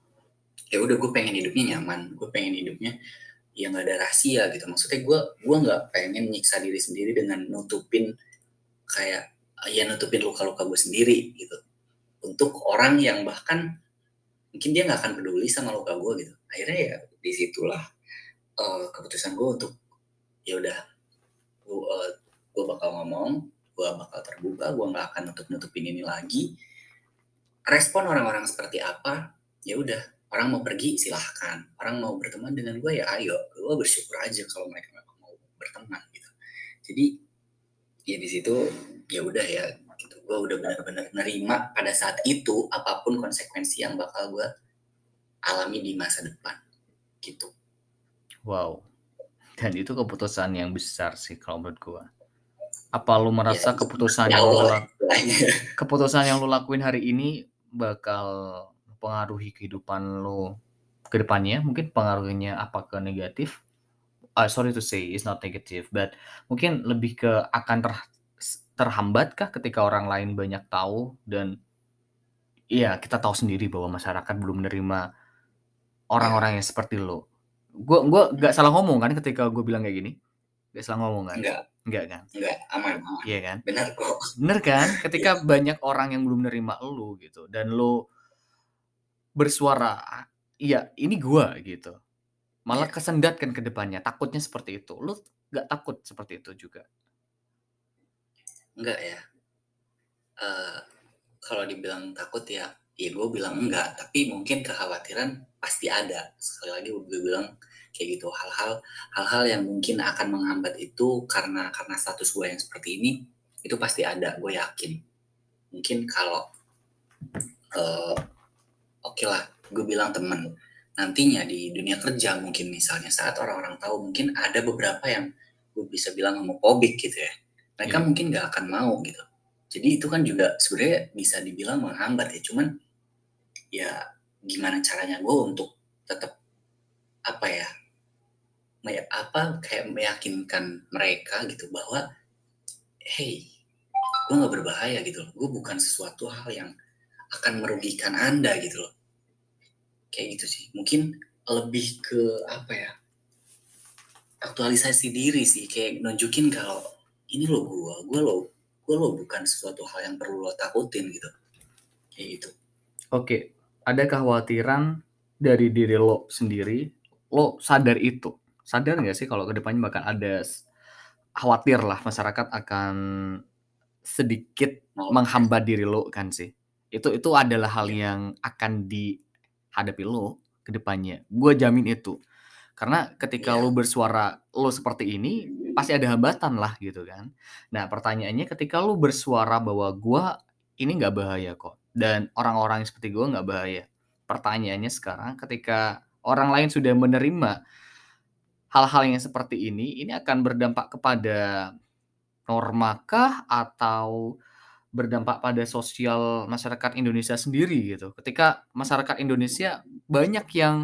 ya udah gue pengen hidupnya nyaman, gue pengen hidupnya ya nggak ada rahasia gitu. Maksudnya gue gue nggak pengen nyiksa diri sendiri dengan nutupin kayak ya nutupin luka-luka gue sendiri gitu untuk orang yang bahkan mungkin dia nggak akan peduli sama luka gue gitu. Akhirnya ya disitulah uh, keputusan gue untuk ya udah gue uh, gue bakal ngomong, gue bakal terbuka, gue nggak akan nutup nutupin ini lagi. Respon orang-orang seperti apa ya udah, orang mau pergi silahkan, orang mau berteman dengan gue ya ayo, gue bersyukur aja kalau mereka mau berteman gitu. Jadi ya di situ ya udah ya gitu, gue udah benar-benar nerima pada saat itu apapun konsekuensi yang bakal gue alami di masa depan gitu. Wow, dan itu keputusan yang besar sih kalau menurut gua. Apa lu Ya merasa itu keputusan ya yang lu Allah lak istilahnya. keputusan yang lu lakuin hari ini bakal mempengaruhi kehidupan lu ke depannya? Mungkin pengaruhnya apa ke negatif? Ah, sorry to say it's not negative, but mungkin lebih ke akan ter s terhambatkah ketika orang lain banyak tahu dan iya, kita tahu sendiri bahwa masyarakat belum menerima Ya, orang-orang yang seperti lu. Gua gua nggak hmm, salah ngomong kan ketika gua bilang kayak gini? Nggak salah ngomong kan? enggak Nggak kan? enggak aman aman, Iya kan? benar kok. Bener kan? Ya, Ketika banyak orang yang belum nerima elu gitu dan lu bersuara, "Iya, ini gua," gitu. Malah ya kesendat kan ke depannya, takutnya seperti itu. Lu nggak takut seperti itu juga? enggak ya. Uh, kalau dibilang takut ya, ya gue bilang enggak. Tapi mungkin kekhawatiran pasti ada. Sekali lagi gue bilang kayak gitu. Hal-hal hal-hal yang mungkin akan menghambat itu karena karena status gue yang seperti ini, itu pasti ada. Gue yakin. Mungkin kalau uh, oke lah, gue bilang temen. Nantinya di dunia kerja mungkin misalnya saat orang-orang tahu mungkin ada beberapa yang gue bisa bilang homofobik gitu ya. Mereka Iya. mungkin gak akan mau gitu. Jadi itu kan juga sebenarnya bisa dibilang menghambat ya. Cuman ya gimana caranya gue untuk tetap apa ya, me apa, kayak meyakinkan mereka gitu bahwa, "Hey, gue nggak berbahaya gitu loh, gue bukan sesuatu hal yang akan merugikan Anda," gitu loh. Kayak gitu sih. Mungkin lebih ke apa ya, aktualisasi diri sih, kayak nunjukin kalau, "Ini loh gue, gue loh gue loh bukan sesuatu hal yang perlu lo takutin," gitu. Kayak gitu. Oke, ada kekhawatiran dari diri lo sendiri, lo sadar itu. Sadar nggak sih kalau ke depannya bakal ada s khawatir lah masyarakat akan sedikit Mau ya, menghambat diri lo kan sih. Itu itu adalah hal ya, yang akan dihadapi lo ke depannya, gue jamin itu. Karena ketika iya, lo bersuara lo seperti ini, pasti ada hambatan lah gitu kan. Nah pertanyaannya ketika lo bersuara bahwa gua ini nggak bahaya kok, dan orang-orang yang seperti gua nggak bahaya. Pertanyaannya sekarang ketika orang lain sudah menerima hal-hal yang seperti ini, ini akan berdampak kepada norma kah atau berdampak pada sosial masyarakat Indonesia sendiri gitu? Ketika masyarakat Indonesia banyak yang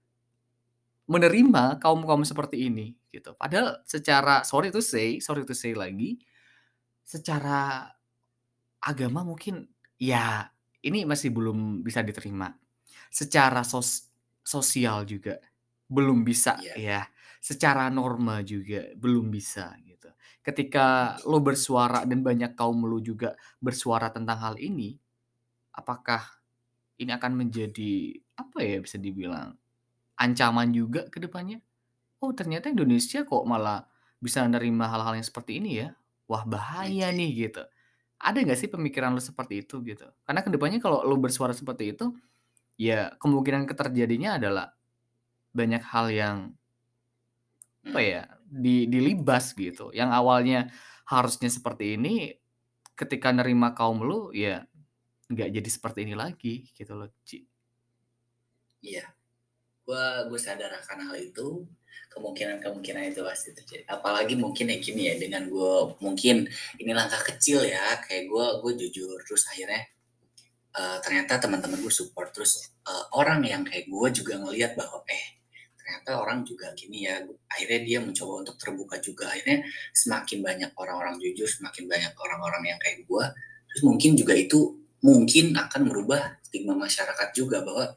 menerima kaum-kaum seperti ini gitu. Padahal secara sorry to say sorry to say lagi, secara agama mungkin ya ini masih belum bisa diterima. Secara sos sosial juga belum bisa Iya, ya, secara norma juga belum bisa gitu. Ketika lo bersuara dan banyak kaum lo juga bersuara tentang hal ini, apakah ini akan menjadi, apa ya, bisa dibilang ancaman juga ke depannya? Oh, ternyata Indonesia kok malah bisa nerima hal-hal yang seperti ini ya? Wah, bahaya oke. nih gitu. Ada nggak sih pemikiran lu seperti itu gitu? Karena ke depannya kalau lu bersuara seperti itu, ya kemungkinan ke terjadinya adalah banyak hal yang, apa Mhm, ya, di dilibas gitu, yang awalnya harusnya seperti ini, ketika nerima kaum lu, ya nggak jadi seperti ini lagi gitu loh, Ci. iya. Gua gue sadar akan hal itu, kemungkinan-kemungkinan itu pasti terjadi. Apalagi mungkin ya gini ya, dengan gue mungkin ini langkah kecil ya, kayak gue gue jujur, terus akhirnya, eee, ternyata teman-teman gue support, terus, eee, orang yang kayak gue juga ngelihat bahwa, eh, ternyata orang juga gini ya, akhirnya dia mencoba untuk terbuka juga, akhirnya semakin banyak orang-orang jujur, semakin banyak orang-orang yang kayak gue, terus mungkin juga itu mungkin akan merubah stigma masyarakat juga bahwa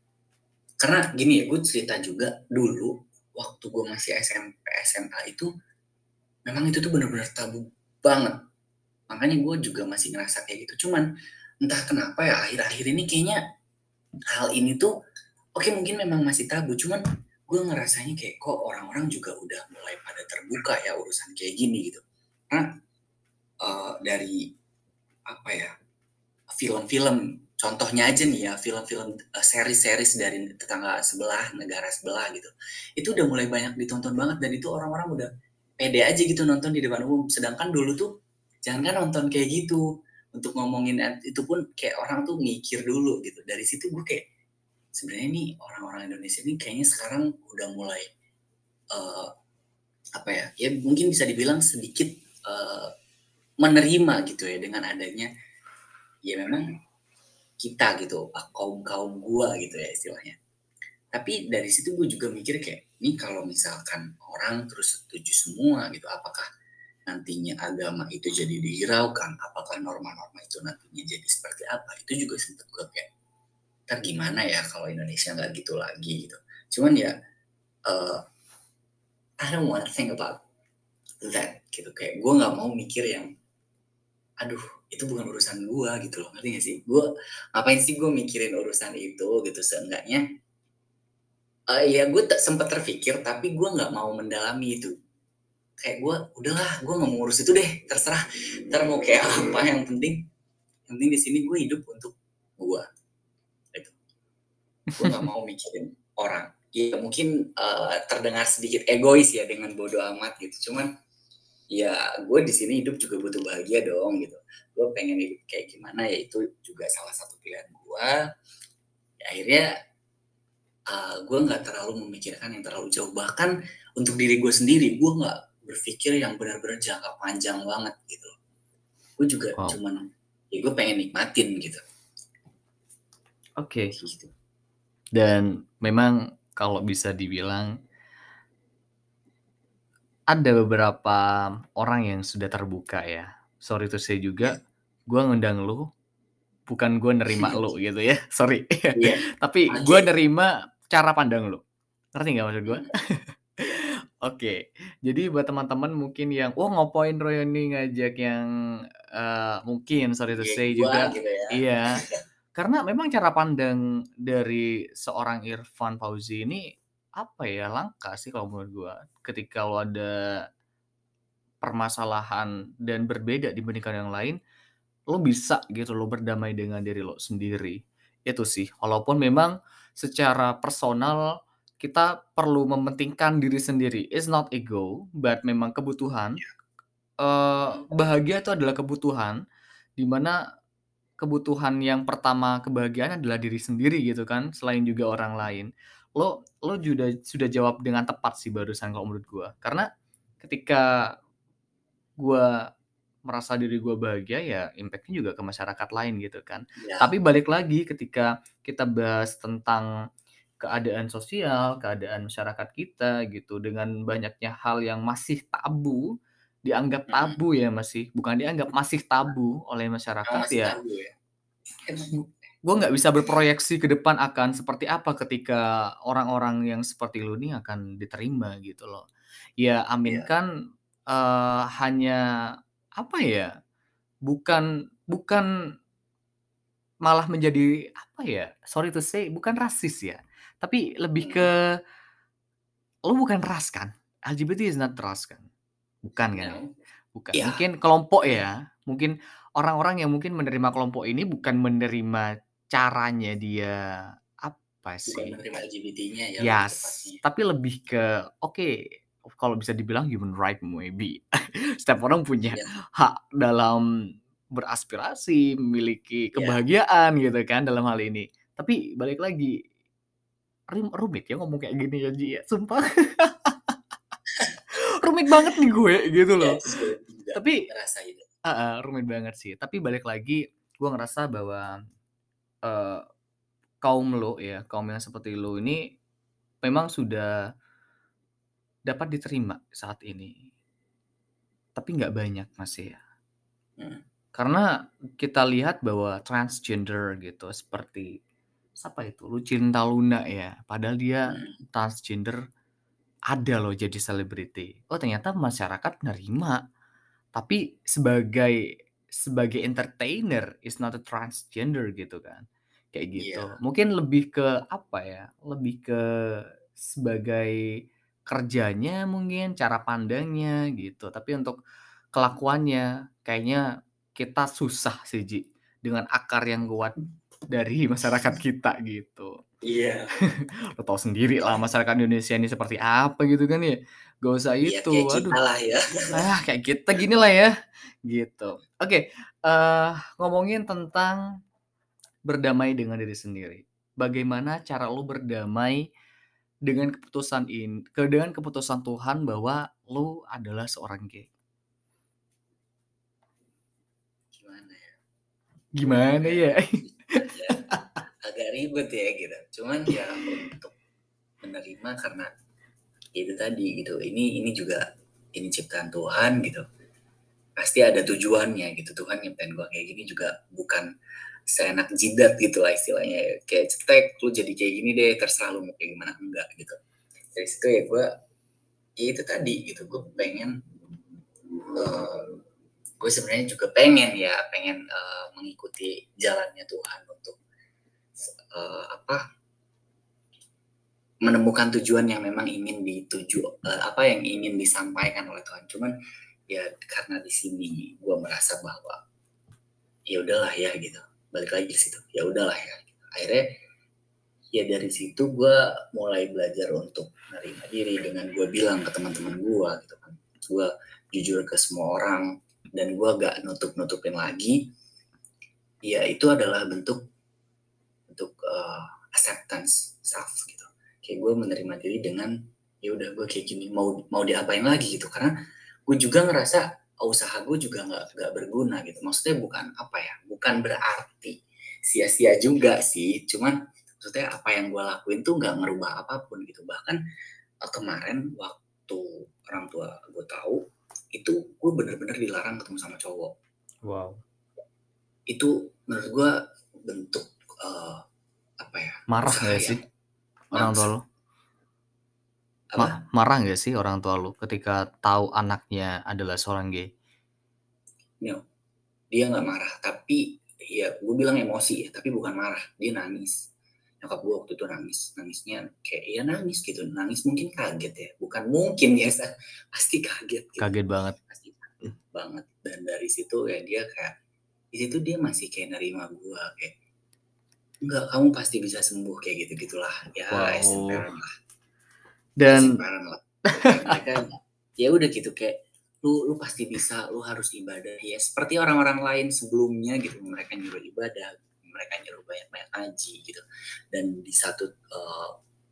karena gini ya, gue cerita juga dulu waktu gue masih S M P, S M A itu memang itu tuh bener-bener tabu banget. Makanya gue juga masih ngerasa kayak gitu. Cuman entah kenapa ya akhir-akhir ini kayaknya hal ini tuh oke mungkin memang masih tabu, cuman gue ngerasanya kayak kok orang-orang juga udah mulai pada terbuka ya urusan kayak gini gitu. Karena, eee, dari apa ya, film-film, contohnya aja nih ya, film-film, eee, series-series dari tetangga sebelah, negara sebelah gitu. Itu udah mulai banyak ditonton banget dan itu orang-orang udah pede aja gitu nonton di depan umum. Sedangkan dulu tuh jangankan nonton kayak gitu, untuk ngomongin et itu pun kayak orang tuh mikir dulu gitu. Dari situ gue kayak, sebenarnya nih orang-orang Indonesia ini kayaknya sekarang udah mulai, eee, apa ya, ya mungkin bisa dibilang sedikit, eee, menerima gitu ya dengan adanya ya memang kita gitu, ah, kaum-kaum gua gitu ya istilahnya. Tapi dari situ gue juga mikir kayak, nih kalau misalkan orang terus setuju semua gitu, apakah nantinya agama itu jadi dihiraukan? Apakah norma-norma itu nantinya jadi seperti apa? Itu juga sempet gue kayak, "Entar gimana ya kalau Indonesia nggak gitu lagi?" Gitu. Cuman ya, eee, I don't wanna think about that gitu, kayak gue nggak mau mikir yang, "Aduh, itu bukan urusan gua," gitu loh, ngerti nggak sih? Gua ngapain sih gue mikirin urusan itu gitu, seenggaknya Eee, iya gue te sempet terpikir, tapi gue nggak mau mendalami itu. Kayak gue, udahlah gue nggak mau ngurus itu deh, terserah entar mau kayak apa, yang penting yang penting di sini gue hidup untuk gue, gitu. Gue nggak mau mikirin orang. Iya mungkin, eee, terdengar sedikit egois ya dengan bodo amat gitu, cuman ya gue di sini hidup juga butuh bahagia dong gitu. Gue pengen hidup kayak gimana, ya itu juga salah satu pilihan gue. Ya akhirnya Eee, gue nggak terlalu memikirkan yang terlalu jauh, bahkan untuk diri gue sendiri, gue nggak berpikir yang benar-benar jangka panjang banget gitu. Gue juga Wow, cuman, ya gue pengen nikmatin gitu, oke. gitu. Dan memang kalau bisa dibilang ada beberapa orang yang sudah terbuka ya. Sorry to say Iya, juga, gua ngundang lu, bukan gua nerima lu gitu ya, sorry. iya, Tapi oke, gua nerima cara pandang lu. Ngerti nggak maksud gua? mmm, iya, Oke, jadi buat teman-teman mungkin yang, "Wah ngapain Royoni ngajak yang," eee, mungkin sorry to kayak say gua juga gitu ya. iya, karena memang cara pandang dari seorang Irfan Fauzi ini, apa ya, langka sih kalau menurut gua. Ketika lo ada permasalahan dan berbeda dibandingkan yang lain, lo bisa gitu lo berdamai dengan diri lo sendiri. Itu sih, walaupun memang secara personal kita perlu mementingkan diri sendiri. It's not ego, but memang kebutuhan. Eee, Mhm, bahagia itu adalah kebutuhan, di mana kebutuhan yang pertama kebahagiaan adalah diri sendiri gitu kan, selain juga orang lain. Lo lo juda sudah jawab dengan tepat sih barusan kalau menurut gua. Karena ketika gua merasa diri gua bahagia, ya impact-nya juga ke masyarakat lain gitu kan. Iya. Tapi balik lagi ketika kita bahas tentang keadaan sosial, keadaan masyarakat kita gitu, dengan banyaknya hal yang masih tabu, dianggap Mhm. tabu ya masih, bukan dianggap, masih tabu oleh Emang masyarakat masih ya, tabu ya? Emang gu gua nggak bisa berproyeksi ke depan akan seperti apa ketika orang-orang yang seperti lu nih akan diterima gitu loh. Ya iya, aminkan, eee, hanya apa ya, bukan bukan malah menjadi apa ya, sorry to say bukan rasis ya, tapi lebih ke mhm, lu bukan ras kan? L G B T is not ras kan? Bukan kan ya? no, Bukan. iya, Mungkin kelompok bener, ya, mungkin orang-orang yang mungkin menerima kelompok ini bukan menerima caranya dia, apa bukan sih, menerima L G B T-nya ya lebih yes, tepatnya. tapi lebih ke oke, kalau bisa dibilang human right maybe. Setiap orang punya Iya, hak dalam beraspirasi, memiliki iya, kebahagiaan gitu kan dalam hal ini. Tapi balik lagi, rim rumit ya ngomong kayak gini ya, Ji, ya, sumpah rumit banget nih gue gitu iya loh. itu juga juga Tapi ngerasa itu. heeh, rumit banget sih. Tapi balik lagi, gue ngerasa bahwa, eee, kaum lo ya, kaum yang seperti lo ini memang sudah dapat diterima saat ini, tapi nggak banyak masih ya. Mhm, Karena kita lihat bahwa transgender gitu, seperti siapa itu, Lucinta Luna ya, padahal dia mhm, transgender, ada loh jadi selebriti. Oh ternyata masyarakat nerima. Tapi sebagai sebagai entertainer is not a transgender gitu kan, kayak iya, gitu. Mungkin lebih ke apa ya, lebih ke sebagai kerjanya mungkin, cara pandangnya gitu. Tapi untuk kelakuannya kayaknya kita susah sih, Ji, dengan akar yang kuat dari masyarakat kita gitu. iya, Lo tahu sendirilah masyarakat Indonesia ini seperti apa gitu kan ya. Gak usah iya kayak itu, kita aduh. lah ya. Ah, kayak kita ginilah ya, gitu. Oke, eee, ngomongin tentang berdamai dengan diri sendiri. Bagaimana cara lu berdamai dengan keputusan in ke dengan keputusan Tuhan bahwa lu adalah seorang gay? Gimana ya, gue Gimana agak ya? susah ya, agak ribet ya gitu. Cuman ya untuk menerima karena ya itu tadi gitu, ini ini juga ini ciptaan Tuhan gitu. Pasti ada tujuannya gitu, Tuhan nyiptain gue kayak gini juga bukan seenak jidat gitu lah istilahnya, kayak cetek, "Lu jadi kayak gini deh, terserah lu mau kayak gimana." Enggak gitu. Dari situ ya gue, ya itu tadi gitu, gue pengen, eee, gue sebenarnya juga pengen ya, pengen, eee, mengikuti jalannya Tuhan untuk, eee, apa, menemukan tujuan yang memang ingin dituju eee, apa yang ingin disampaikan oleh Tuhan. Cuman ya karena di sini gue merasa bahwa ya udahlah ya gitu, balik lagi ke situ, ya udahlah ya. Akhirnya ya dari situ gue mulai belajar untuk menerima diri dengan gue bilang ke teman-teman gue gitu kan. Gue jujur ke semua orang dan gue gak nutup-nutupin lagi. Ya itu adalah bentuk untuk uh, acceptance self gitu. Kayak gue menerima diri dengan ya udah gue kayak gini mau mau diapain lagi gitu karena gue juga ngerasa oh, usaha gue juga nggak nggak berguna gitu maksudnya bukan apa ya bukan berarti sia-sia juga sih cuman maksudnya apa yang gue lakuin tuh nggak ngerubah apapun gitu bahkan uh, kemarin waktu orang tua gue tahu itu gue bener-bener dilarang ketemu sama cowok Wow. itu menurut gue bentuk uh, apa ya Marah usaha nggak sih yang orang tua maksa lu? Ma apa marah nggak sih orang tua lu ketika tahu anaknya adalah seorang gay? you know, dia nggak marah tapi ya gue bilang emosi ya tapi bukan marah dia nangis nyokap gue waktu itu nangis nangisnya kayak ya nangis gitu nangis mungkin kaget ya bukan mungkin ya pasti kaget gitu Kaget banget. pasti kaget banget dan dari situ ya dia kayak di situ dia masih kayak nerima gue kayak enggak kamu pasti bisa sembuh kayak gitu gitulah ya as a Wow. parent lah as a Dan parent lah gitu. Kayak mereka ya udah gitu kayak lu lu pasti bisa lu harus ibadah ya seperti orang-orang lain sebelumnya gitu mereka nyuruh ibadah mereka nyuruh banyak-banyak ngaji gitu dan di satu uh,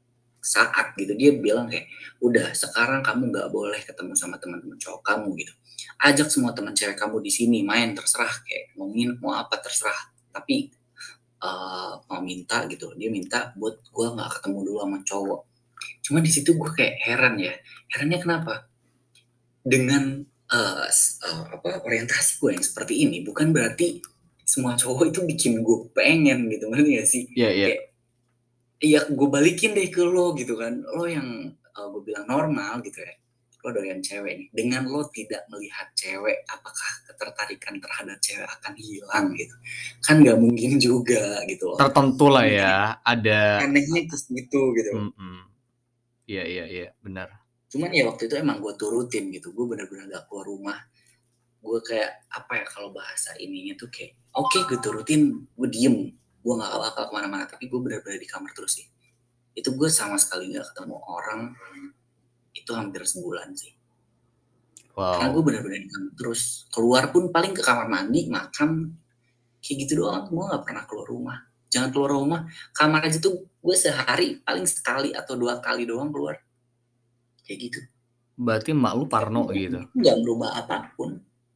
saat gitu dia bilang kayak, "Udah sekarang kamu nggak boleh ketemu sama teman-teman cowok kamu gitu. Ajak semua teman cewek kamu di sini main terserah kayak mau min mau apa terserah, tapi, eee, mau minta gitu, dia minta buat gua nggak ketemu dulu sama cowok." Cuma di situ gue kayak heran ya, herannya kenapa? Dengan, eee, s eee, apa, orientasi gue yang seperti ini, bukan berarti semua cowok itu bikin gue pengen gitu, ngerti nggak sih? Iya iya. Kayak, iya gue balikin deh ke lo gitu kan, lo yang, eee, gue bilang normal gitu ya, lo doyan cewek nih, dengan lo tidak melihat cewek, apakah ketertarikan terhadap cewek akan hilang gitu? Kan nggak mungkin juga gitu loh. Tertentu lah Anehnya ya, ada anehnya ke situ gitu. mhm. Iya iya iya, benar. Cuman ya waktu itu emang gue turutin gitu, gue bener-bener nggak keluar rumah. Gue kayak, apa ya, kalau bahasa ininya tuh kayak, oke okay, gue turutin, gue diem, gue nggak bakal kemana-mana, tapi gue bener-bener di kamar terus sih. Itu gue sama sekali nggak ketemu orang, itu hampir sebulan sih. Karena gue Wow. bener-bener di kamar terus, keluar pun paling ke kamar mandi, makan, kayak gitu doang, gue nggak pernah keluar rumah. Jangan keluar rumah, kamar aja tuh gue sehari paling sekali atau dua kali doang keluar, kayak gitu. Berarti emak lu Tapi parno ya gitu? itu nggak merubah apapun.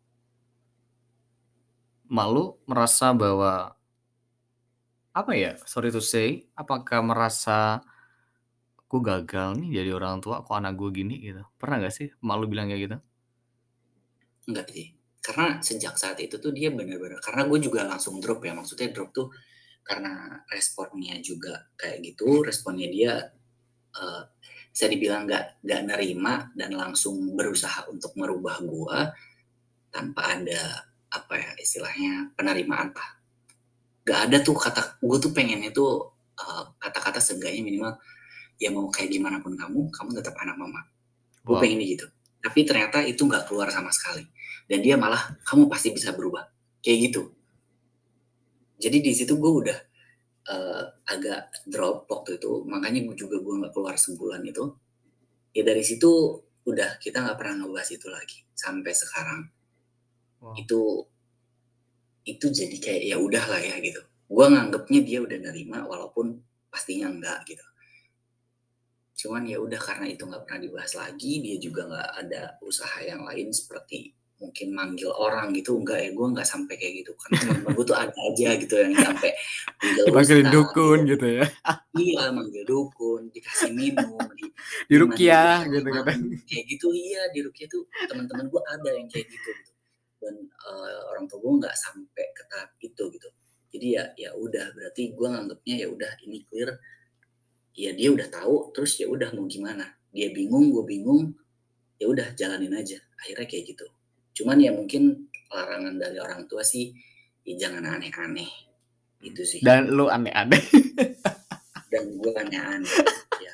Emak lu merasa bahwa, apa ya, sorry to say, apakah merasa, "Gue gagal nih jadi orang tua, kok anak gue gini?" Gitu. Pernah nggak sih emak lu bilang kayak gitu? Enggak sih, karena sejak saat itu tuh dia bener-bener karena gue juga langsung drop ya, maksudnya drop tuh karena responnya juga kayak gitu, responnya dia, eee, bisa dibilang nggak nggak nerima dan langsung berusaha untuk merubah gue, tanpa ada, apa ya, istilahnya penerimaan lah. Nggak ada tuh kata gue tuh pengennya tuh, eee, kata-kata seenggaknya minimal, "Ya mau kayak gimana pun kamu, kamu tetap anak mama." Gue Wow. pengennya gitu. Tapi ternyata itu nggak keluar sama sekali. Dan dia malah, "Kamu pasti bisa berubah." Kayak gitu. Jadi di situ gue udah, eee, agak drop waktu itu, makanya gue juga gue nggak keluar sebulan itu. Ya dari situ udah kita nggak pernah ngebahas itu lagi, sampai sekarang. Wow. Itu itu jadi kayak, ya udahlah ya gitu. Gue nganggepnya dia udah nerima walaupun pastinya enggak gitu. Cuman ya udah karena itu nggak pernah dibahas lagi, dia juga nggak ada usaha yang lain seperti mungkin manggil orang gitu, enggak ya, gue nggak sampai kayak gitu. Kan teman-teman gue tuh ada aja gitu yang sampai manggil Dipanggilin ustad, dukun gitu. gitu ya? Iya, manggil dukun, dikasih minum, di dimandiin Diruqyah tengah gitu malam, katanya. kayak gitu iya, di ruqyah tuh teman-teman gue ada yang kayak gitu, gitu. Dan, eee, orang tua gue nggak sampai ke tahap itu gitu. Jadi ya ya udah, berarti gue nganggepnya ya udah ini clear, ya dia udah tahu, terus ya udah mau gimana. Dia bingung, gue bingung, ya udah jalanin aja, akhirnya kayak gitu. Cuman ya mungkin larangan dari orang tua sih, ya jangan aneh-aneh, itu sih. Dan lu aneh-aneh. Dan gue aneh-aneh, ya.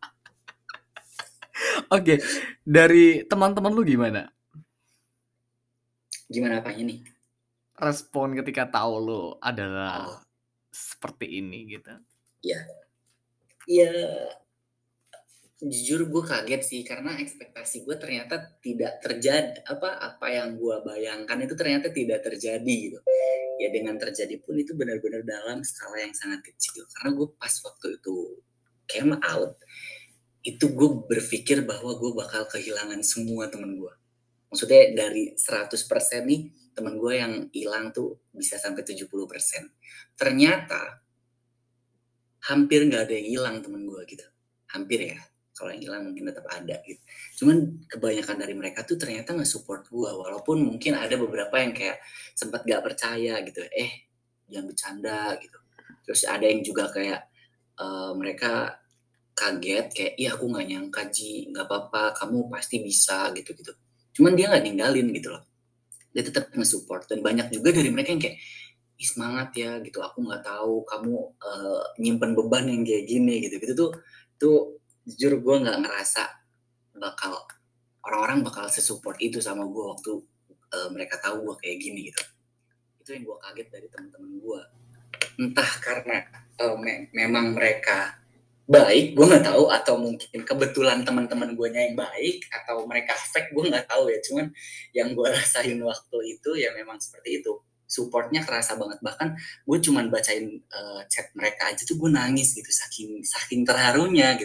Oke, dari teman-teman lu gimana? Gimana apanya nih? Respon ketika tahu lu adalah Oh, seperti ini gitu? iya. Iya, jujur gue kaget sih karena ekspektasi gue ternyata tidak terjadi apa apa yang gue bayangkan itu ternyata tidak terjadi gitu. Ya dengan terjadi pun itu benar-benar dalam skala yang sangat kecil. Karena gue pas waktu itu came out, itu gue berpikir bahwa gue bakal kehilangan semua temen gue. Maksudnya dari seratus persen nih, temen gue yang hilang tuh bisa sampai tujuh puluh persen. Ternyata hampir nggak ada yang hilang temen gue gitu. Hampir ya, kalau yang hilang mungkin tetap ada gitu. Cuman kebanyakan dari mereka tuh ternyata nge-support gue, walaupun mungkin ada beberapa yang kayak sempat nggak percaya gitu, "Eh, jangan bercanda," gitu. Terus ada yang juga kayak, eee, mereka kaget kayak, "Ih, aku nggak nyangka Ji, nggak apa-apa, kamu pasti bisa," gitu-gitu. Cuman dia nggak ninggalin gitu loh, dia tetap nge-support dan banyak juga dari mereka yang kayak, "Ih, semangat ya," gitu, "aku nggak tahu kamu, eee, nyimpen beban yang kayak gini," gitu-gitu tuh tuh jujur gue nggak ngerasa bakal orang-orang bakal se-support itu sama gue waktu, eee, mereka tahu gue kayak gini gitu. Itu yang gue kaget dari teman-teman gue. Entah karena, eee, me memang mereka baik, gue nggak tahu atau mungkin kebetulan teman-teman guanya yang baik atau mereka fake, gue nggak tahu ya. Cuman yang gue rasain waktu itu ya memang seperti itu. Support-nya kerasa banget, bahkan gue cuman bacain, eee, chat mereka aja tuh gue nangis gitu saking saking terharunya gitu.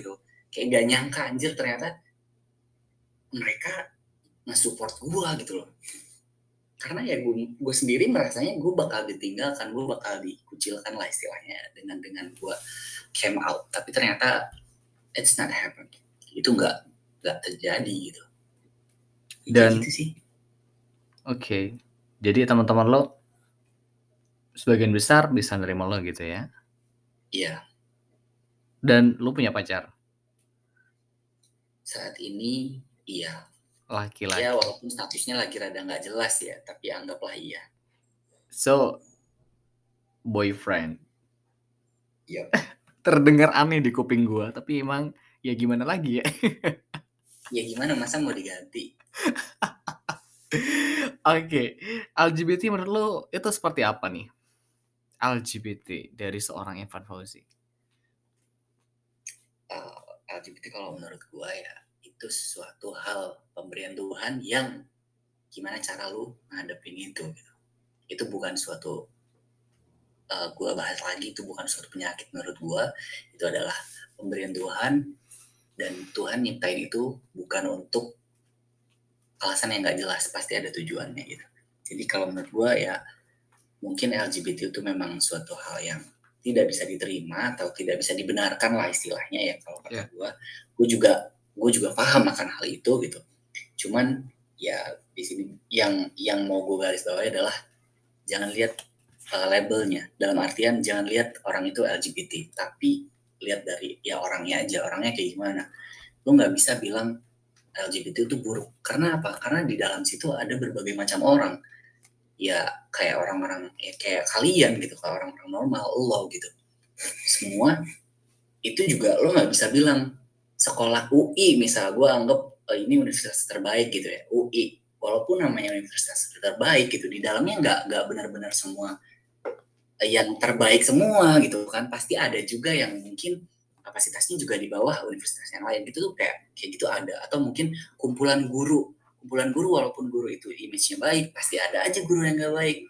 kayak gak nyangka anjir ternyata mereka nge-support gue gitu loh. Karena ya gue gue sendiri merasanya gue bakal ditinggalkan, gue bakal dikucilkan lah istilahnya dengan dengan gue came out, tapi ternyata it's not happen, itu nggak nggak terjadi gitu. Dan gitu sih. Oke, okay. Jadi teman-teman lo sebagian besar bisa nerima lo gitu ya? Iya. Dan lo punya pacar? Saat ini iya. Laki-laki. Ya walaupun statusnya lagi rada nggak jelas ya, tapi anggaplah iya. So, boyfriend. Yep. Terdengar aneh di kuping gue, tapi emang ya gimana lagi ya? Ya gimana, masa mau diganti? Oke, okay. L G B T menurut lo itu seperti apa nih? L G B T dari seorang Irfan Fauzi. Uh, L G B T kalau menurut gue ya itu suatu hal pemberian Tuhan yang gimana cara lu ngadepin itu gitu. Itu bukan suatu uh, gue bahas lagi, itu bukan suatu penyakit menurut gue. Itu adalah pemberian Tuhan, dan Tuhan nyiptain itu bukan untuk alasan yang gak jelas, pasti ada tujuannya gitu. Jadi kalau menurut gue ya mungkin L G B T itu memang suatu hal yang tidak bisa diterima atau tidak bisa dibenarkan lah istilahnya ya kalau kata yeah. gue. Gue juga gue juga paham akan hal itu gitu. Cuman ya di sini yang yang mau gue garis bawahi adalah jangan lihat uh, labelnya, dalam artian jangan lihat orang itu L G B T, tapi lihat dari ya orangnya aja, orangnya kayak gimana. Lu nggak bisa bilang L G B T itu buruk. Karena apa? Karena di dalam situ ada berbagai macam orang. Ya kayak orang-orang ya kayak kalian gitu, kayak orang-orang normal, lo gitu. Semua itu juga lo nggak bisa bilang sekolah U I misal, gue anggap oh, ini universitas terbaik gitu ya, U I. Walaupun namanya universitas terbaik gitu, di dalamnya nggak nggak benar-benar semua yang terbaik semua gitu kan. Pasti ada juga yang mungkin kapasitasnya juga di bawah universitas yang lain gitu tuh, kayak kayak gitu ada. Atau mungkin kumpulan guru kumpulan guru, walaupun guru itu image-nya baik, pasti ada aja guru yang gak baik.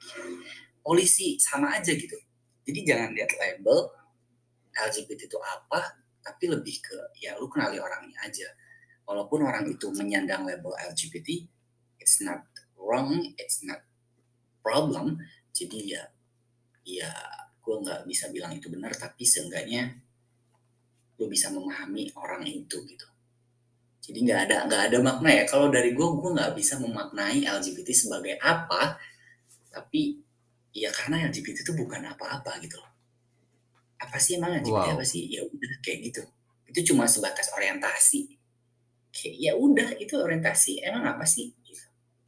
Polisi sama aja gitu. Jadi jangan lihat label L G B T itu apa, tapi lebih ke ya lu kenali orangnya aja. Walaupun orang itu menyandang label L G B T, it's not wrong, it's not problem. Jadi ya ya gue nggak bisa bilang itu benar, tapi seenggaknya lu bisa memahami orang itu gitu. Jadi nggak ada nggak ada makna ya. Kalau dari gue, gue nggak bisa memaknai L G B T sebagai apa, tapi ya karena L G B T itu bukan apa-apa gitu loh. Apa sih emang L G B T wow. Apa sih? Ya udah kayak gitu. Itu cuma sebatas orientasi. Kayak ya udah itu orientasi. Emang apa sih? Gitu.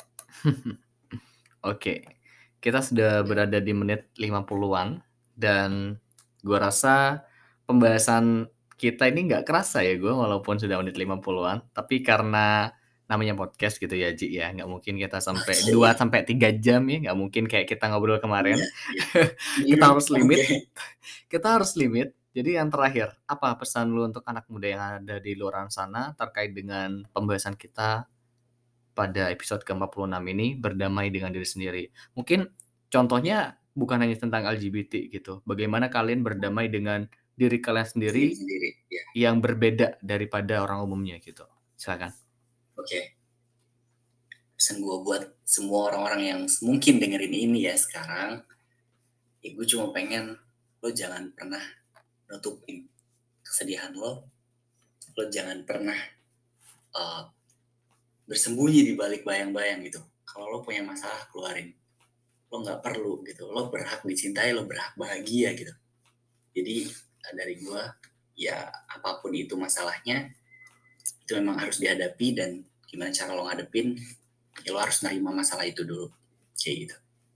Oke, kita sudah berada di menit lima puluhan dan gue rasa pembahasan kita ini nggak kerasa ya gue, walaupun sudah menit lima puluhan, tapi karena namanya podcast gitu ya Ji ya, nggak mungkin kita sampai okay. dua sampai tiga jam ya, nggak mungkin kayak kita ngobrol kemarin. Yeah, yeah. Kita harus limit, okay. kita harus limit. Jadi yang terakhir, apa pesan lu untuk anak muda yang ada di luar sana terkait dengan pembahasan kita pada episode ke empat puluh enam ini, berdamai dengan diri sendiri? Mungkin contohnya bukan hanya tentang L G B T gitu, bagaimana kalian berdamai dengan diri kalian sendiri, sendiri ya. Yang berbeda daripada orang umumnya gitu. Silakan. Oke. Okay. Pesan gue buat semua orang-orang yang mungkin dengerin ini ya sekarang, ya gue cuma pengen lo jangan pernah nutupin kesedihan lo, lo jangan pernah uh, bersembunyi di balik bayang-bayang gitu. Kalau lo punya masalah, keluarin. Lo nggak perlu gitu, lo berhak dicintai, lo berhak bahagia gitu. Jadi dari gue, ya apapun itu masalahnya, itu memang harus dihadapi, dan gimana cara lo ngadepin, ya lo harus nerima masalah itu dulu, kayak gitu.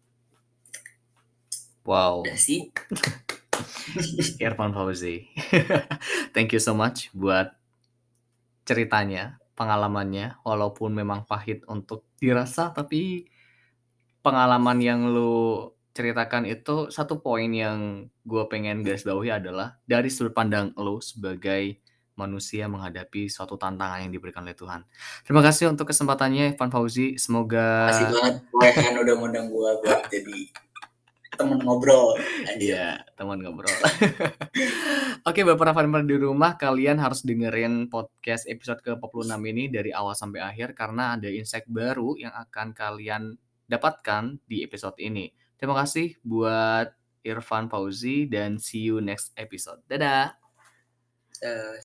Wow. Udah sih. Irfan Fauzi. Thank you so much buat ceritanya, pengalamannya, walaupun memang pahit untuk dirasa, tapi pengalaman yang lu ceritakan itu satu poin yang gue pengen garis bawahi adalah dari sudut pandang lu sebagai manusia menghadapi suatu tantangan yang diberikan oleh Tuhan. Terima kasih untuk kesempatannya, Irfan Fauzi. Semoga... Terima kasih banget, Rehan udah ngundang gue buat jadi temen ngobrol, anjir. Iya, teman ngobrol. Oke, Bapak Farmer di rumah, kalian harus dengerin podcast episode ke empat puluh enam ini dari awal sampai akhir karena ada insight baru yang akan kalian dapatkan di episode ini. Terima kasih buat Irfan Fauzi dan see you next episode. Dadah. Eee